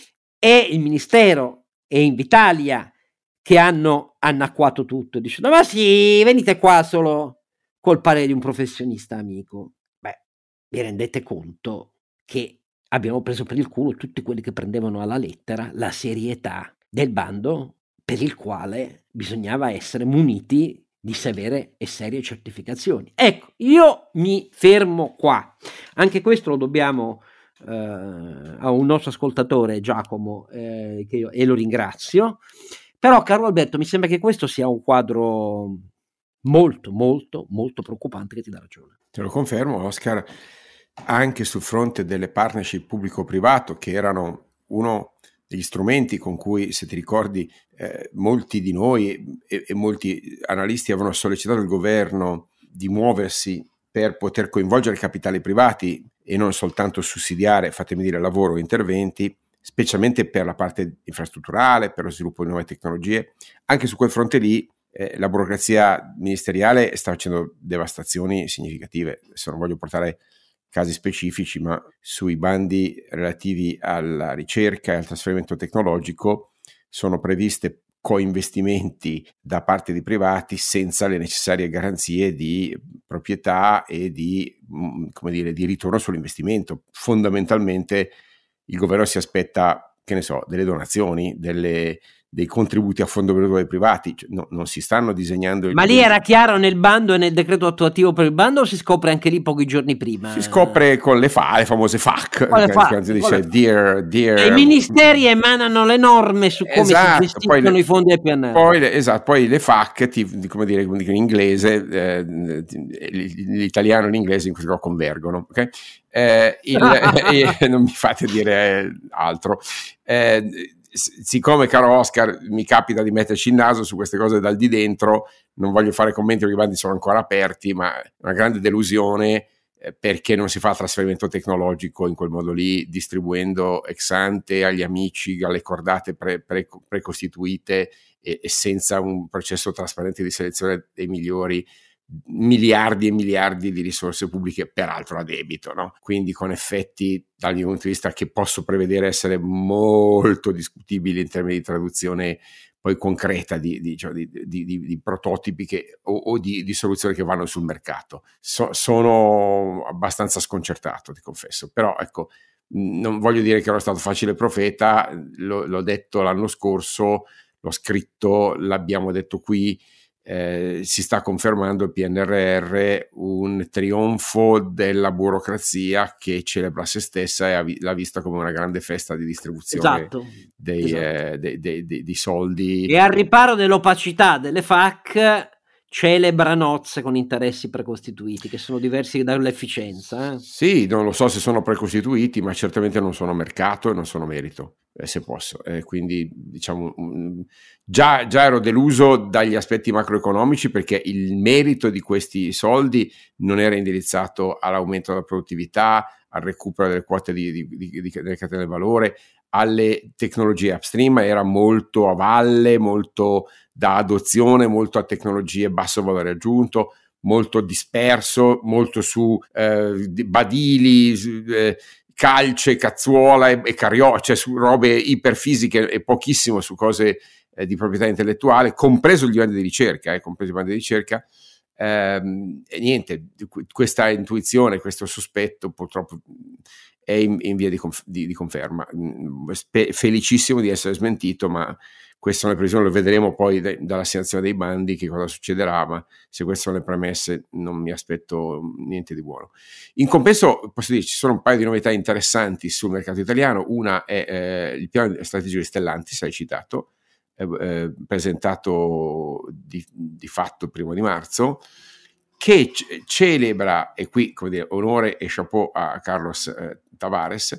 è il Ministero e Invitalia che hanno annacquato tutto, dicendo ma sì, venite qua solo col parere di un professionista amico. Beh, vi rendete conto che abbiamo preso per il culo tutti quelli che prendevano alla lettera la serietà del bando per il quale bisognava essere muniti di severe e serie certificazioni. Ecco, io mi fermo qua. Anche questo lo dobbiamo eh, a un nostro ascoltatore, Giacomo, eh, che io, e lo ringrazio. Però, caro Alberto, mi sembra che questo sia un quadro molto, molto, molto preoccupante, che ti dà ragione. Te lo confermo, Oscar, anche sul fronte delle partnership pubblico-privato, che erano uno degli strumenti con cui, se ti ricordi, eh, molti di noi e, e molti analisti avevano sollecitato il governo di muoversi per poter coinvolgere capitali privati e non soltanto sussidiare, fatemi dire, lavoro o interventi, specialmente per la parte infrastrutturale, per lo sviluppo di nuove tecnologie. Anche su quel fronte lì eh, la burocrazia ministeriale sta facendo devastazioni significative. Adesso non voglio portare casi specifici, ma sui bandi relativi alla ricerca e al trasferimento tecnologico sono previste coinvestimenti da parte di privati senza le necessarie garanzie di proprietà e di, come dire, di ritorno sull'investimento. Fondamentalmente il governo si aspetta, che ne so, delle donazioni, delle, dei contributi a fondo perduto dai privati. Cioè, no, non si stanno disegnando... Ma lì era chiaro nel bando e nel decreto attuativo per il bando, o si scopre anche lì pochi giorni prima? Si scopre con le F A, le famose F A C. Con le F A C, dice, con le... Dear, dear... I ministeri emanano le norme su come esatto, si gestiscono le, i fondi del P N R. Poi le, esatto, poi le F A C, ti, come dire, come in inglese, eh, l'italiano e l'inglese in questo caso convergono, ok? Eh, il, eh, non mi fate dire altro. Eh, siccome, caro Oscar, mi capita di metterci il naso su queste cose dal di dentro, non voglio fare commenti perché i bandi sono ancora aperti, ma è una grande delusione eh, perché non si fa il trasferimento tecnologico in quel modo lì, distribuendo ex ante agli amici, alle cordate pre, pre, precostituite e, e senza un processo trasparente di selezione dei migliori, miliardi e miliardi di risorse pubbliche, peraltro a debito, no? Quindi con effetti dal mio punto di vista che posso prevedere essere molto discutibili in termini di traduzione poi concreta di, di, cioè di, di, di, di prototipi che, o, o di, di soluzioni che vanno sul mercato. So, sono abbastanza sconcertato, ti confesso, però ecco, non voglio dire che ero stato facile profeta, lo, l'ho detto l'anno scorso, l'ho scritto, l'abbiamo detto qui. Eh, si sta confermando il P N R R un trionfo della burocrazia che celebra se stessa e ha vi- l'ha vista come una grande festa di distribuzione esatto, dei, esatto. Eh, dei, dei, dei, dei soldi. E al riparo dell'opacità delle F A C celebra nozze con interessi precostituiti che sono diversi dall'efficienza. Eh? Sì, non lo so se sono precostituiti, ma certamente non sono mercato e non sono merito, eh, se posso. Eh, quindi diciamo mh, già, già ero deluso dagli aspetti macroeconomici perché il merito di questi soldi non era indirizzato all'aumento della produttività, al recupero delle quote di, di, di, di, delle catene del valore, alle tecnologie upstream, era molto a valle, molto da adozione, molto a tecnologie basso valore aggiunto, molto disperso, molto su eh, badili, eh, calce, cazzuola e, e carriò, cioè su robe iperfisiche e pochissimo su cose eh, di proprietà intellettuale, compreso il bando di ricerca, eh, compreso il bando di ricerca. Ehm, e niente, questa intuizione, questo sospetto purtroppo è in, in via di, conf- di, di conferma. Spe- felicissimo di essere smentito, ma queste sono le previsioni, lo vedremo poi de- dall'assegnazione dei bandi che cosa succederà, ma se queste sono le premesse non mi aspetto niente di buono. In compenso posso dire ci sono un paio di novità interessanti sul mercato italiano. Una è eh, il piano strategico di Stellantis, l'hai citato, eh, eh, presentato di, di fatto il primo di marzo, che c- celebra, e qui come dire, onore e chapeau a Carlos eh, Tavares,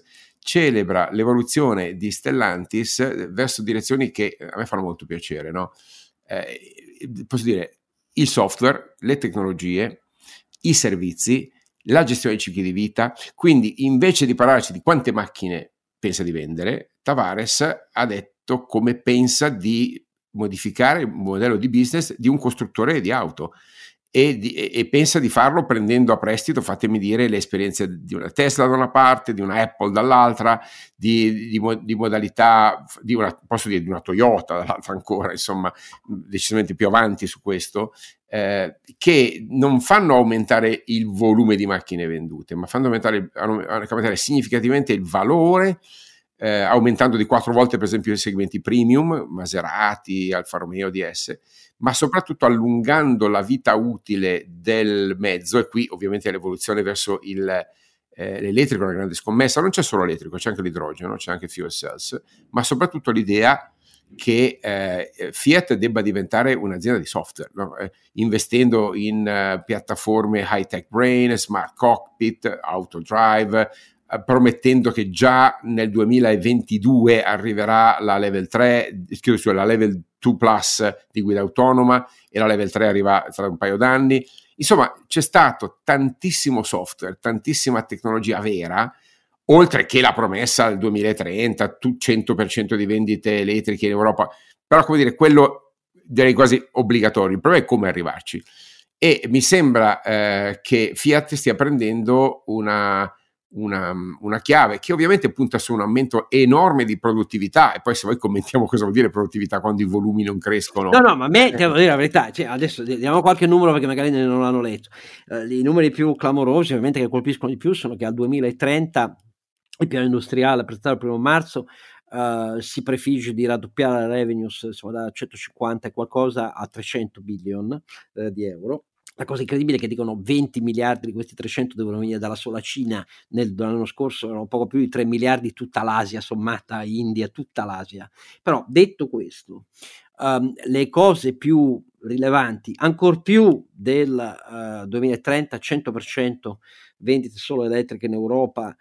celebra l'evoluzione di Stellantis verso direzioni che a me fanno molto piacere, no? Eh, posso dire, il software, le tecnologie, i servizi, la gestione dei cicli di vita. Quindi invece di parlarci di quante macchine pensa di vendere, Tavares ha detto come pensa di modificare il modello di business di un costruttore di auto e, di, e pensa di farlo prendendo a prestito, fatemi dire, le esperienze di una Tesla da una parte, di una Apple dall'altra, di, di, di modalità, di una, posso dire, di una Toyota dall'altra ancora, insomma, decisamente più avanti su questo, eh, che non fanno aumentare il volume di macchine vendute, ma fanno aumentare, aumentare significativamente il valore, eh, aumentando di quattro volte per esempio i segmenti premium, Maserati, Alfa Romeo, D S, ma soprattutto allungando la vita utile del mezzo. E qui ovviamente l'evoluzione verso il, eh, l'elettrico è una grande scommessa. Non c'è solo l'elettrico, c'è anche l'idrogeno, c'è anche fuel cells, ma soprattutto l'idea che eh, Fiat debba diventare un'azienda di software, no? eh, investendo in uh, piattaforme high-tech brain, smart cockpit, auto drive, eh, promettendo che già nel duemilaventidue arriverà la level tre, scusa, la level due plus di guida autonoma, e la level tre arriva tra un paio d'anni. Insomma, c'è stato tantissimo software, tantissima tecnologia vera, oltre che la promessa al duemilatrenta, cento per cento di vendite elettriche in Europa. Però, come dire, quello direi quasi obbligatorio. Il problema è come arrivarci. E mi sembra eh, che Fiat stia prendendo una, una, una chiave che ovviamente punta su un aumento enorme di produttività, e poi se voi commentiamo cosa vuol dire produttività quando i volumi non crescono. No, no, ma a me, devo dire la verità, cioè, adesso diamo qualche numero perché magari non l'hanno letto. Uh, I numeri più clamorosi, ovviamente, che colpiscono di più, sono che al duemilatrenta il piano industriale presentato il primo marzo uh, si prefigge di raddoppiare la revenues, insomma, da centocinquanta e qualcosa a trecento billion uh, di euro. La cosa incredibile è che dicono venti miliardi di questi trecento devono venire dalla sola Cina. Nel, l'anno scorso erano poco più di tre miliardi tutta l'Asia, sommata India, tutta l'Asia. Però, detto questo, um, le cose più rilevanti, ancor più del uh, duemilatrenta, cento per cento vendite solo elettriche in Europa,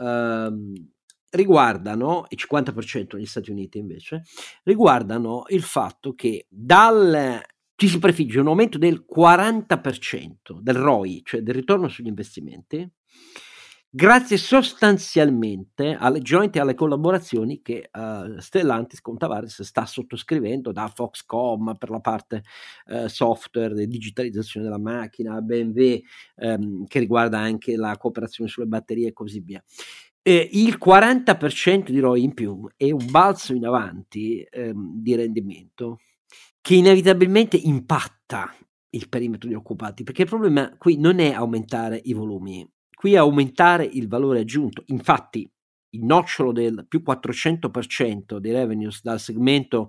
um, riguardano, e cinquanta per cento negli Stati Uniti invece, riguardano il fatto che dal ci si prefigge un aumento del quaranta per cento del R O I, cioè del ritorno sugli investimenti, grazie sostanzialmente alle joint e alle collaborazioni che uh, Stellantis con Tavares sta sottoscrivendo, da Foxconn per la parte uh, software e digitalizzazione della macchina, B M W um, che riguarda anche la cooperazione sulle batterie e così via. Eh, il quaranta per cento di R O I in più è un balzo in avanti um, di rendimento che inevitabilmente impatta il perimetro di occupati, perché il problema qui non è aumentare i volumi, qui è aumentare il valore aggiunto. Infatti il nocciolo del più quattrocento per cento dei revenues dal segmento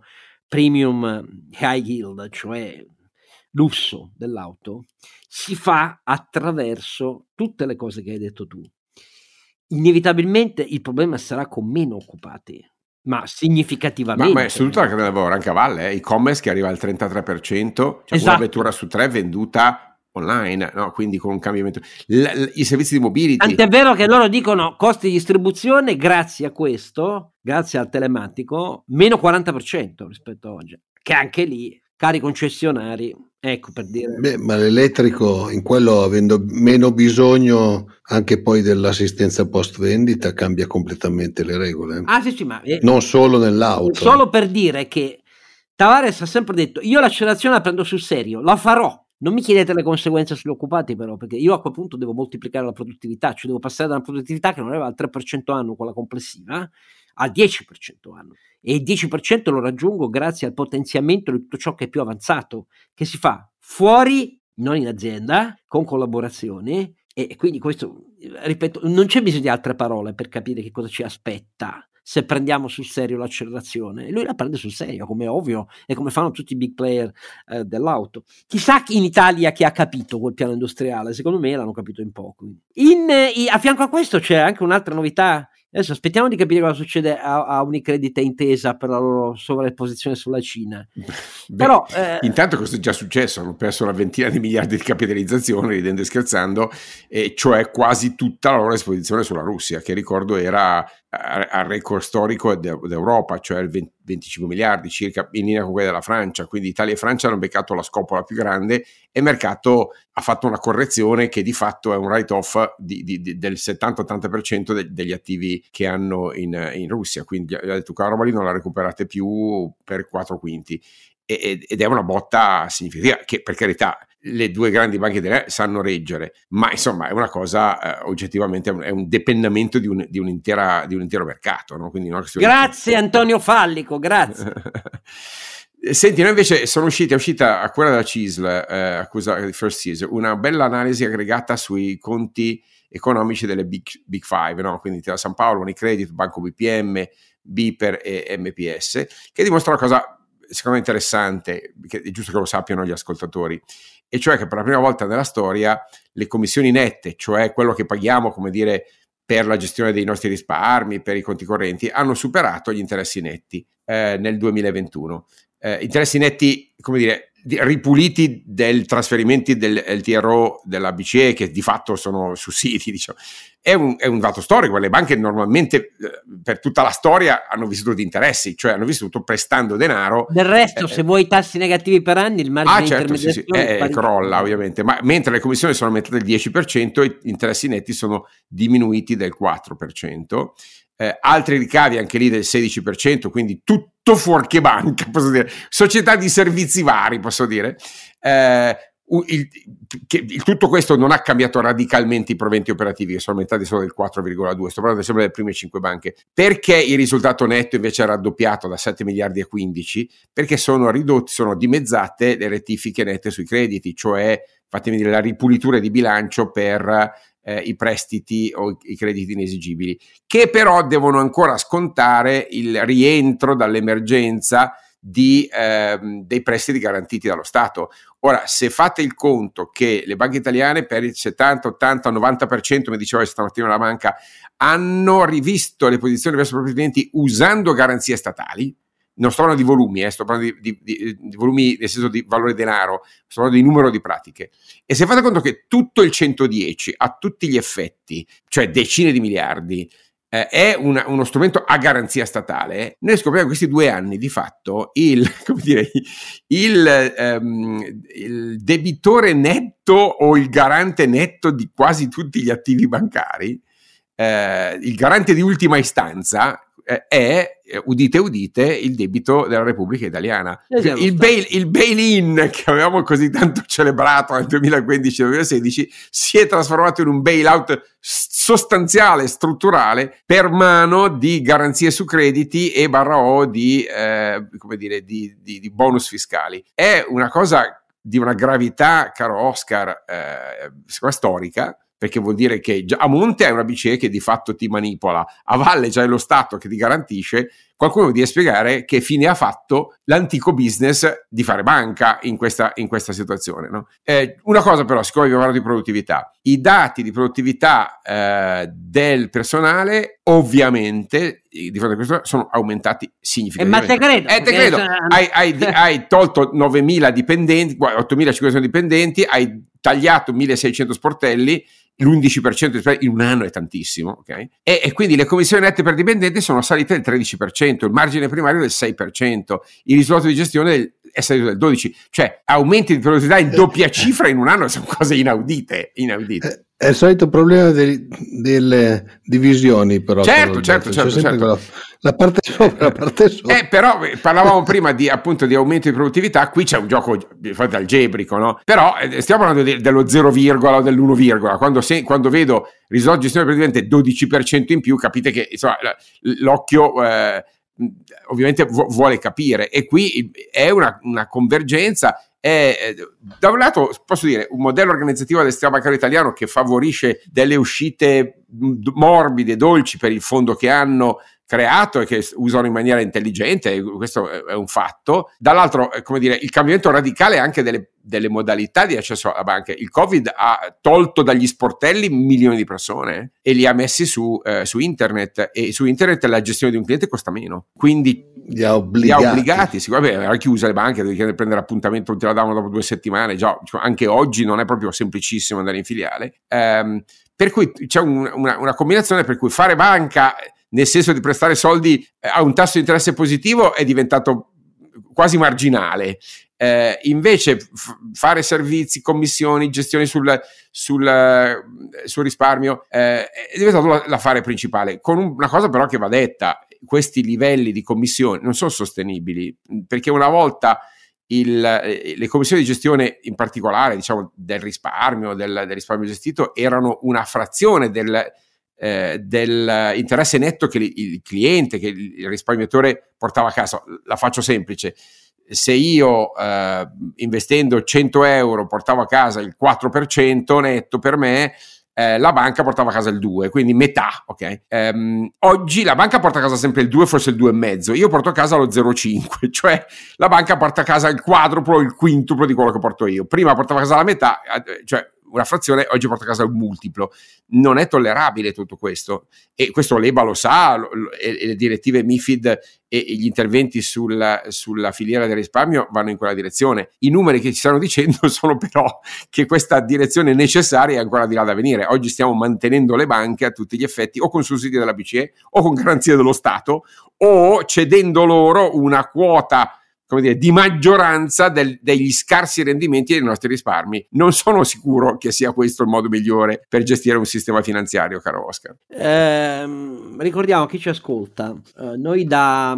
premium high yield, cioè lusso dell'auto, si fa attraverso tutte le cose che hai detto tu. Inevitabilmente il problema sarà con meno occupati, ma significativamente. Ma, ma è su tutta la catena del valore, anche a valle, eh? E-commerce che arriva al trentatré per cento, cioè esatto. Una vettura su tre venduta online, no? Quindi con un cambiamento. L- l- I servizi di mobility. Tant'è vero che loro dicono costi di distribuzione, grazie a questo, grazie al telematico, meno quaranta per cento rispetto a oggi. Che anche lì, cari concessionari, ecco per dire. Beh, ma l'elettrico, in quello, avendo meno bisogno anche poi dell'assistenza post vendita, cambia completamente le regole. Ah sì sì, ma eh, non solo nell'auto. Solo per dire che Tavares ha sempre detto: io l'accelerazione la prendo sul serio, la farò. Non mi chiedete le conseguenze sugli occupati, però, perché io a quel punto devo moltiplicare la produttività, cioè devo passare da una produttività che non aveva al tre per cento anno, quella complessiva, al dieci per cento anno. E il dieci per cento lo raggiungo grazie al potenziamento di tutto ciò che è più avanzato, che si fa fuori, non in azienda, con collaborazioni. E quindi questo, ripeto, non c'è bisogno di altre parole per capire che cosa ci aspetta se prendiamo sul serio l'accelerazione. E lui la prende sul serio, come è ovvio, e come fanno tutti i big player eh, dell'auto. Chissà chi in Italia chi ha capito quel piano industriale, secondo me l'hanno capito in poco. In, in, a fianco a questo c'è anche un'altra novità Adesso aspettiamo di capire cosa succede a, a Unicredit e Intesa per la loro sovrapposizione sulla Cina. Beh, Però eh, intanto questo è già successo, hanno perso una ventina di miliardi di capitalizzazione, ridendo e scherzando, e cioè quasi tutta la loro esposizione sulla Russia, che ricordo era al record storico d'Europa, cioè il venticinque miliardi circa, in linea con quella della Francia. Quindi Italia e Francia hanno beccato la scopola più grande e il mercato ha fatto una correzione che di fatto è un write-off di, di, di, del settanta ottanta per cento de, degli attivi che hanno in, in Russia, quindi ha detto che la roba lì non la recuperate più per quattro quinti, e, ed è una botta significativa che, per carità, le due grandi banche italiane sanno reggere, ma insomma è una cosa eh, oggettivamente è un depennamento di un, di un'intera, di un intero mercato, no? Quindi una grazie di... Antonio Fallico, grazie. Senti, noi invece sono usciti, è uscita a quella della C I S L, eh, accusa di First Seas, una bella analisi aggregata sui conti economici delle Big, big Five, no? Quindi Intesa San Paolo, Unicredit, Banco B P M, Biper e M P S, che dimostra una cosa secondo me interessante, che è giusto che lo sappiano gli ascoltatori, e cioè che per la prima volta nella storia le commissioni nette, cioè quello che paghiamo, come dire, per la gestione dei nostri risparmi, per i conti correnti, hanno superato gli interessi netti eh, nel duemilaventuno. Eh, interessi netti, come dire, ripuliti del trasferimenti del L T R O della B C E, che di fatto sono sussidi, diciamo. È un, è un dato storico. Le banche normalmente eh, per tutta la storia hanno vissuto di interessi, cioè hanno vissuto prestando denaro. Del resto, eh, se vuoi tassi negativi per anni, il margine ah, di certo, intermediazione sì, sì. Eh, crolla ovviamente, ma mentre le commissioni sono aumentate del dieci per cento, gli interessi netti sono diminuiti del quattro per cento. Eh, altri ricavi anche lì del sedici per cento, quindi tutto fuorché banca, posso dire, società di servizi vari, posso dire. Eh, il, che, il, tutto questo non ha cambiato radicalmente i proventi operativi, che sono aumentati solo del quattro virgola due, sto parlando sempre delle prime cinque banche. Perché il risultato netto invece è raddoppiato da sette miliardi a quindici? Perché sono ridotti, sono dimezzate le rettifiche nette sui crediti, cioè, fatemi dire, la ripulitura di bilancio per Eh, i prestiti o i, i crediti inesigibili, che però devono ancora scontare il rientro dall'emergenza di, ehm, dei prestiti garantiti dallo Stato. Ora, se fate il conto che le banche italiane per il settanta, ottanta, novanta per cento, mi diceva stamattina la banca, hanno rivisto le posizioni verso i propri clienti usando garanzie statali, non sto parlando di volumi, eh, sto parlando di, di, di, di volumi nel senso di valore denaro, sto parlando di numero di pratiche. E se fate conto che tutto il centodieci a tutti gli effetti, cioè decine di miliardi, eh, è una, uno strumento a garanzia statale, noi scopriamo in questi due anni di fatto il, come dire, il, um, il debitore netto o il garante netto di quasi tutti gli attivi bancari, eh, il garante di ultima istanza, è, udite udite, il debito della Repubblica Italiana. Il, bail, il bail-in che avevamo così tanto celebrato nel duemilaquindici duemilasedici si è trasformato in un bail-out sostanziale, strutturale, per mano di garanzie su crediti e barra o di, eh, come dire, di, di, di bonus fiscali. È una cosa di una gravità, caro Oscar, eh, storica, perché vuol dire che già a monte hai una B C E che di fatto ti manipola, a valle già è lo Stato che ti garantisce. Qualcuno deve spiegare che fine ha fatto l'antico business di fare banca in questa, in questa situazione, no? Eh, una cosa però, siccome abbiamo parlato di produttività, i dati di produttività eh, del personale ovviamente di fronte a questo sono aumentati significativamente. Eh, ma te credo, eh, te credo. Hai, hai, hai tolto novemila dipendenti, ottomilacinquecento dipendenti, hai tagliato milleseicento sportelli, l'undici per cento in un anno è tantissimo, ok? E, e quindi le commissioni nette per dipendenti sono salite del tredici per cento, il margine primario del sei per cento, il risultato di gestione è salito del dodici per cento, cioè aumenti di produttività in doppia cifra in un anno sono cose inaudite, inaudite. È il solito problema dei, delle divisioni, però. Certo, certo, certo, certo. Quello, la parte sopra, la parte sopra. Eh, però parlavamo prima di appunto di aumento di produttività, qui c'è un gioco infatti algebrico, no? Però eh, stiamo parlando de, dello zero virgola o dell'uno virgola. Quando, se, quando vedo risultato di gestione praticamente dodici per cento in più, capite che insomma l'occhio eh, ovviamente vu- vuole capire, e qui è una, una convergenza. È, da un lato posso dire un modello organizzativo del sistema bancario italiano che favorisce delle uscite morbide, dolci per il fondo che hanno, creato e che usano in maniera intelligente, questo è un fatto. Dall'altro, come dire, il cambiamento radicale anche delle, delle modalità di accesso alla banca. Il Covid ha tolto dagli sportelli milioni di persone e li ha messi su, eh, su internet, e su internet la gestione di un cliente costa meno, quindi li ha obbligati, li ha obbligati sì, vabbè, era chiusa le banche, devi prendere appuntamento, non te la davano dopo due settimane, già, cioè, anche oggi non è proprio semplicissimo andare in filiale, ehm, per cui c'è un, una, una combinazione per cui fare banca nel senso di prestare soldi a un tasso di interesse positivo è diventato quasi marginale. Eh, invece f- fare servizi, commissioni, gestioni sul, sul, sul risparmio eh, è diventato l'affare principale, con un, una cosa però che va detta: questi livelli di commissioni non sono sostenibili, perché una volta il, le commissioni di gestione, in particolare diciamo del risparmio, del, del risparmio gestito, erano una frazione del Eh, dell'interesse netto che il cliente, che il risparmiatore portava a casa. La faccio semplice: se io eh, investendo cento euro portavo a casa il quattro per cento netto, per me eh, la banca portava a casa il due, quindi metà, ok? Ehm, oggi la banca porta a casa sempre il due, forse il due e mezzo, io porto a casa lo zero virgola cinque, cioè la banca porta a casa il quadruplo, il quintuplo di quello che porto io. Prima portava a casa la metà, cioè una frazione, oggi porta a casa un multiplo. Non è tollerabile tutto questo, e questo l'E B A lo sa, lo, lo, e le direttive MiFID e, e gli interventi sulla, sulla filiera del risparmio vanno in quella direzione. I numeri che ci stanno dicendo sono però che questa direzione necessaria è ancora di là da venire. Oggi stiamo mantenendo le banche a tutti gli effetti o con sussidi della B C E o con garanzie dello Stato, o cedendo loro una quota, come dire, di maggioranza del, degli scarsi rendimenti dei nostri risparmi. Non sono sicuro che sia questo il modo migliore per gestire un sistema finanziario, caro Oscar. Eh, ricordiamo a chi ci ascolta, eh, noi da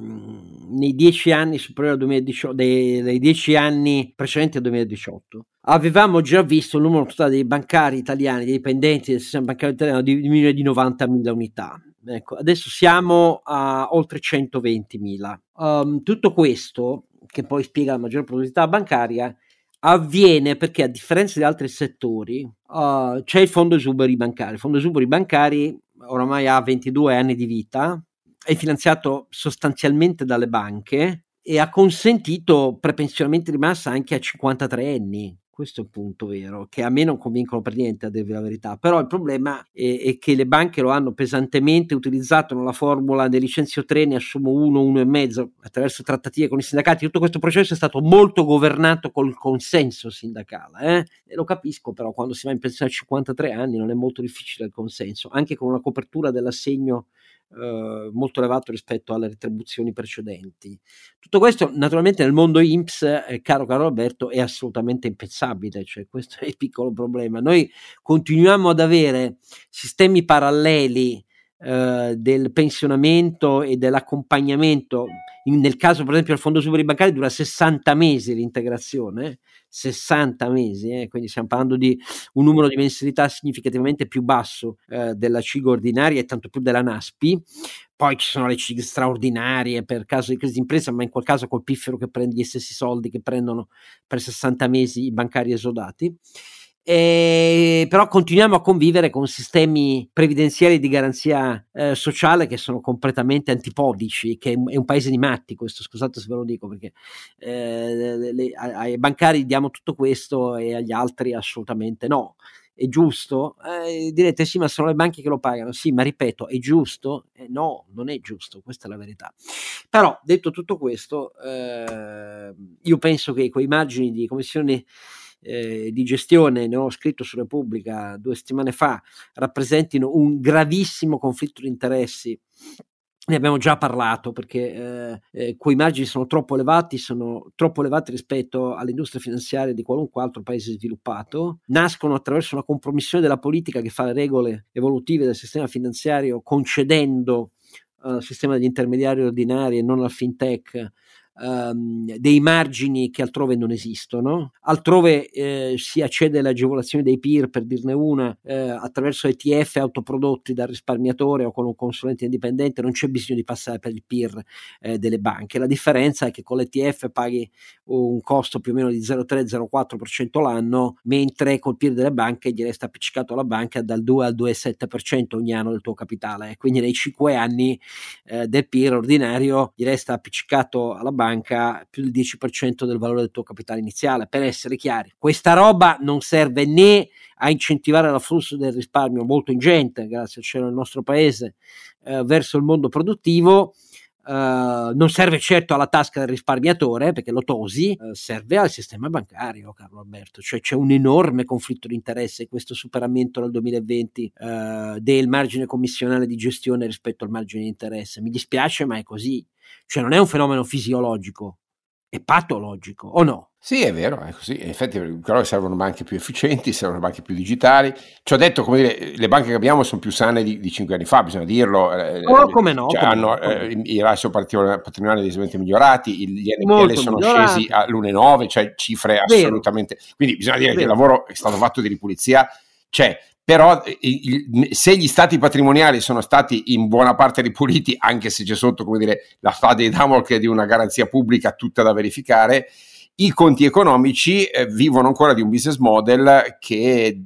mh, nei dieci anni superiori al duemiladiciotto, dei, dei dieci anni precedenti al duemiladiciotto, avevamo già visto il numero totale dei bancari italiani, dei dipendenti del sistema bancario italiano di, di novantamila unità. Ecco, adesso siamo a oltre centoventimila. Um, tutto questo, che poi spiega la maggiore produttività bancaria, avviene perché, a differenza di altri settori, uh, c'è il fondo esuberi bancari. Il fondo esuberi bancari oramai ha ventidue anni di vita, è finanziato sostanzialmente dalle banche e ha consentito prepensionamenti di massa anche a cinquantatré anni. Questo è un punto vero, che a me non convincono per niente, a dirvi la verità. Però il problema è, è che le banche lo hanno pesantemente utilizzato nella formula del licenzio tre, ne assumo uno, uno e mezzo, attraverso trattative con i sindacati. Tutto questo processo è stato molto governato col consenso sindacale, eh? E lo capisco, però quando si va in pensione a cinquantatré anni non è molto difficile il consenso, anche con una copertura dell'assegno Uh, molto elevato rispetto alle retribuzioni precedenti. Tutto questo naturalmente nel mondo I N P S, eh, caro caro Alberto, è assolutamente impensabile, cioè questo è il piccolo problema. Noi continuiamo ad avere sistemi paralleli uh, del pensionamento e dell'accompagnamento. In, nel caso per esempio del fondo esuberi bancari dura sessanta mesi l'integrazione, eh? sessanta mesi, eh? Quindi stiamo parlando di un numero di mensilità significativamente più basso eh, della C I G ordinaria e tanto più della NASPI. Poi ci sono le C I G straordinarie per caso di crisi d'impresa, ma in quel caso col piffero che prende gli stessi soldi che prendono per sessanta mesi i bancari esodati. E però continuiamo a convivere con sistemi previdenziali di garanzia eh, sociale che sono completamente antipodici, che è un, è un paese di matti questo, scusate se ve lo dico, perché eh, le, le, ai bancari diamo tutto questo e agli altri assolutamente no. È giusto? Eh, direte sì, ma sono le banche che lo pagano. Sì, ma ripeto, è giusto? Eh, no, non è giusto, questa è la verità. Però detto tutto questo, eh, io penso che quei margini di commissione Eh, di gestione, ne ho scritto su Repubblica due settimane fa, rappresentino un gravissimo conflitto di interessi. Ne abbiamo già parlato, perché eh, eh, quei margini sono troppo elevati, sono troppo elevati rispetto all'industria finanziaria di qualunque altro paese sviluppato, nascono attraverso una compromissione della politica che fa le regole evolutive del sistema finanziario, concedendo al uh, sistema degli intermediari ordinari e non al fintech ehm, dei margini che altrove non esistono, altrove eh, si accede alle agevolazioni dei P I R, per dirne una, eh, attraverso E T F autoprodotti dal risparmiatore o con un consulente indipendente, non c'è bisogno di passare per il P I R eh, delle banche. La differenza è che con l'E T F paghi un costo più o meno di zero virgola tre zero virgola quattro per cento l'anno, mentre col P I R delle banche gli resta appiccicato alla banca dal due al due virgola sette per cento ogni anno del tuo capitale, quindi nei cinque anni eh, del P I R ordinario gli resta appiccicato alla banca più del dieci per cento del valore del tuo capitale iniziale. Per essere chiari, questa roba non serve né a incentivare l'afflusso del risparmio molto ingente, grazie al cielo nel nostro paese, eh, verso il mondo produttivo. Uh, non serve certo alla tasca del risparmiatore, perché lo tosi, uh, serve al sistema bancario, Carlo Alberto. Cioè c'è un enorme conflitto di interesse in questo superamento nel duemilaventi uh, del margine commissionale di gestione rispetto al margine di interesse. Mi dispiace, ma è così. Cioè non è un fenomeno fisiologico, è patologico, o no? Sì, è vero, è così. In effetti però servono banche più efficienti, servono banche più digitali. Ci ho detto, come dire, le banche che abbiamo sono più sane di, di cinque anni fa, bisogna dirlo. Oh, come no? Cioè, come hanno no, come eh, no. i ratio patrimoniali decisamente migliorati, gli N P L Molto sono migliorati. scesi all'uno virgola nove, cioè cifre assolutamente... Quindi bisogna dire Vero. che il lavoro è stato fatto di ripulizia, c'è. Però il, il, se gli stati patrimoniali sono stati in buona parte ripuliti, anche se c'è sotto, come dire, la spada di Damocle di una garanzia pubblica tutta da verificare, i conti economici eh, vivono ancora di un business model che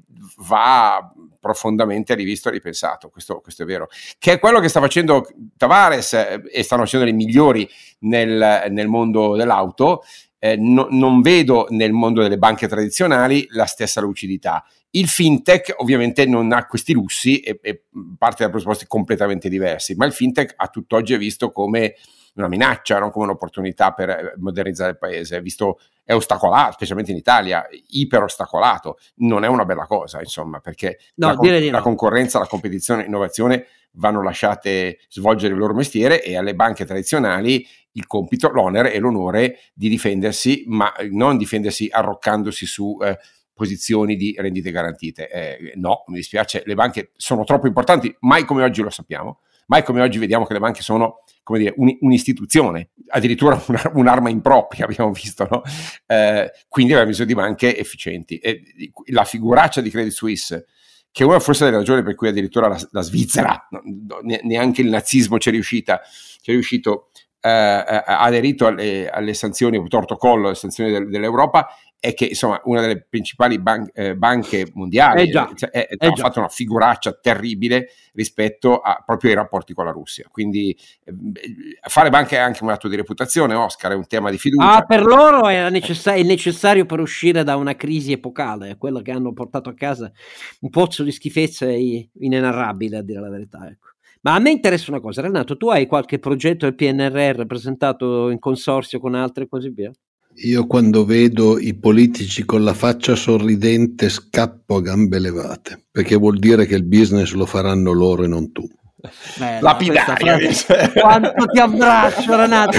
va profondamente rivisto e ripensato, questo, questo è vero, che è quello che sta facendo Tavares eh, e stanno facendo le migliori nel, nel mondo dell'auto. Eh, no, non vedo nel mondo delle banche tradizionali la stessa lucidità. Il fintech ovviamente non ha questi lussi e, e parte da presupposti completamente diversi, ma il fintech a tutt'oggi è visto come una minaccia, non come un'opportunità per modernizzare il paese, è visto, è ostacolato, specialmente in Italia, iper ostacolato, non è una bella cosa, insomma, perché No, la, direi di la no. concorrenza, la competizione, l'innovazione vanno lasciate svolgere il loro mestiere e alle banche tradizionali il compito, l'onere e l'onore di difendersi, ma non difendersi arroccandosi su eh, posizioni di rendite garantite. Eh, no, mi dispiace, le banche sono troppo importanti, mai come oggi lo sappiamo, mai come oggi vediamo che le banche sono, come dire, un, un'istituzione, addirittura una, un'arma impropria, abbiamo visto, no? Eh, quindi abbiamo bisogno di banche efficienti. E la figuraccia di Credit Suisse, che è una forse delle ragioni per cui addirittura la, la Svizzera, no, neanche il nazismo ci è riuscita, ci è riuscito, eh, ha aderito alle, alle sanzioni, torto collo alle sanzioni del, dell'Europa, è che insomma una delle principali ban- eh, banche mondiali Eh già, cioè, è, eh ha già. fatto una figuraccia terribile rispetto a, proprio ai rapporti con la Russia. Quindi eh, fare banche è anche un atto di reputazione, Oscar, è un tema di fiducia. Ah, per loro è, necessa- è necessario per uscire da una crisi epocale, è quello che hanno portato a casa un pozzo di schifezze inenarrabile, a dire la verità, ecco. Ma a me interessa una cosa, Renato, tu hai qualche progetto del P N R R presentato in consorzio con altri e così via? Io quando vedo i politici con la faccia sorridente scappo a gambe levate, perché vuol dire che il business lo faranno loro e non tu. Beh, Lapidario. Quanto ti abbraccio, Renato,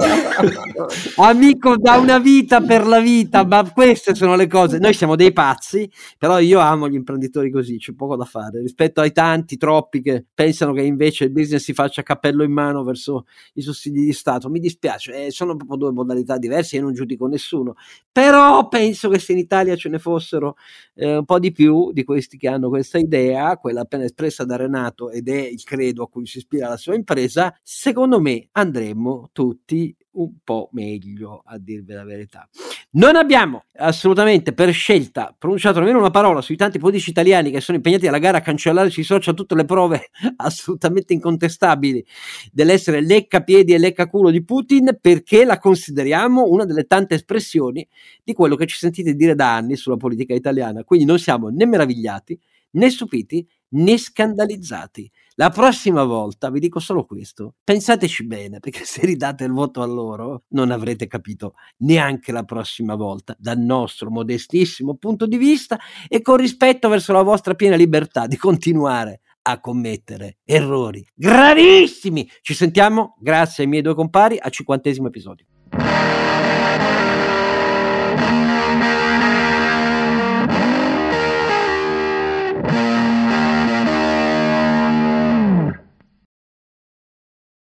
amico da una vita per la vita, ma queste sono le cose. Noi siamo dei pazzi, però io amo gli imprenditori così, c'è poco da fare rispetto ai tanti, troppi che pensano che invece il business si faccia a cappello in mano verso i sussidi di Stato. Mi dispiace, eh, sono proprio due modalità diverse, io non giudico nessuno, però penso che se in Italia ce ne fossero eh, un po' di più di questi che hanno questa idea, quella appena espressa da Renato, ed è il credo a cui si ispira la sua impresa, secondo me andremmo tutti un po' meglio, a dirvi la verità. Non abbiamo assolutamente per scelta pronunciato nemmeno una parola sui tanti politici italiani che sono impegnati alla gara a cancellare sui social tutte le prove assolutamente incontestabili dell'essere leccapiedi e leccaculo di Putin, perché la consideriamo una delle tante espressioni di quello che ci sentite dire da anni sulla politica italiana. Quindi non siamo né meravigliati, né stupiti, né scandalizzati. La prossima volta, vi dico solo questo, pensateci bene, perché se ridate il voto a loro non avrete capito neanche la prossima volta, dal nostro modestissimo punto di vista e con rispetto verso la vostra piena libertà di continuare a commettere errori gravissimi. Ci sentiamo, grazie ai miei due compari, al cinquantesimo episodio.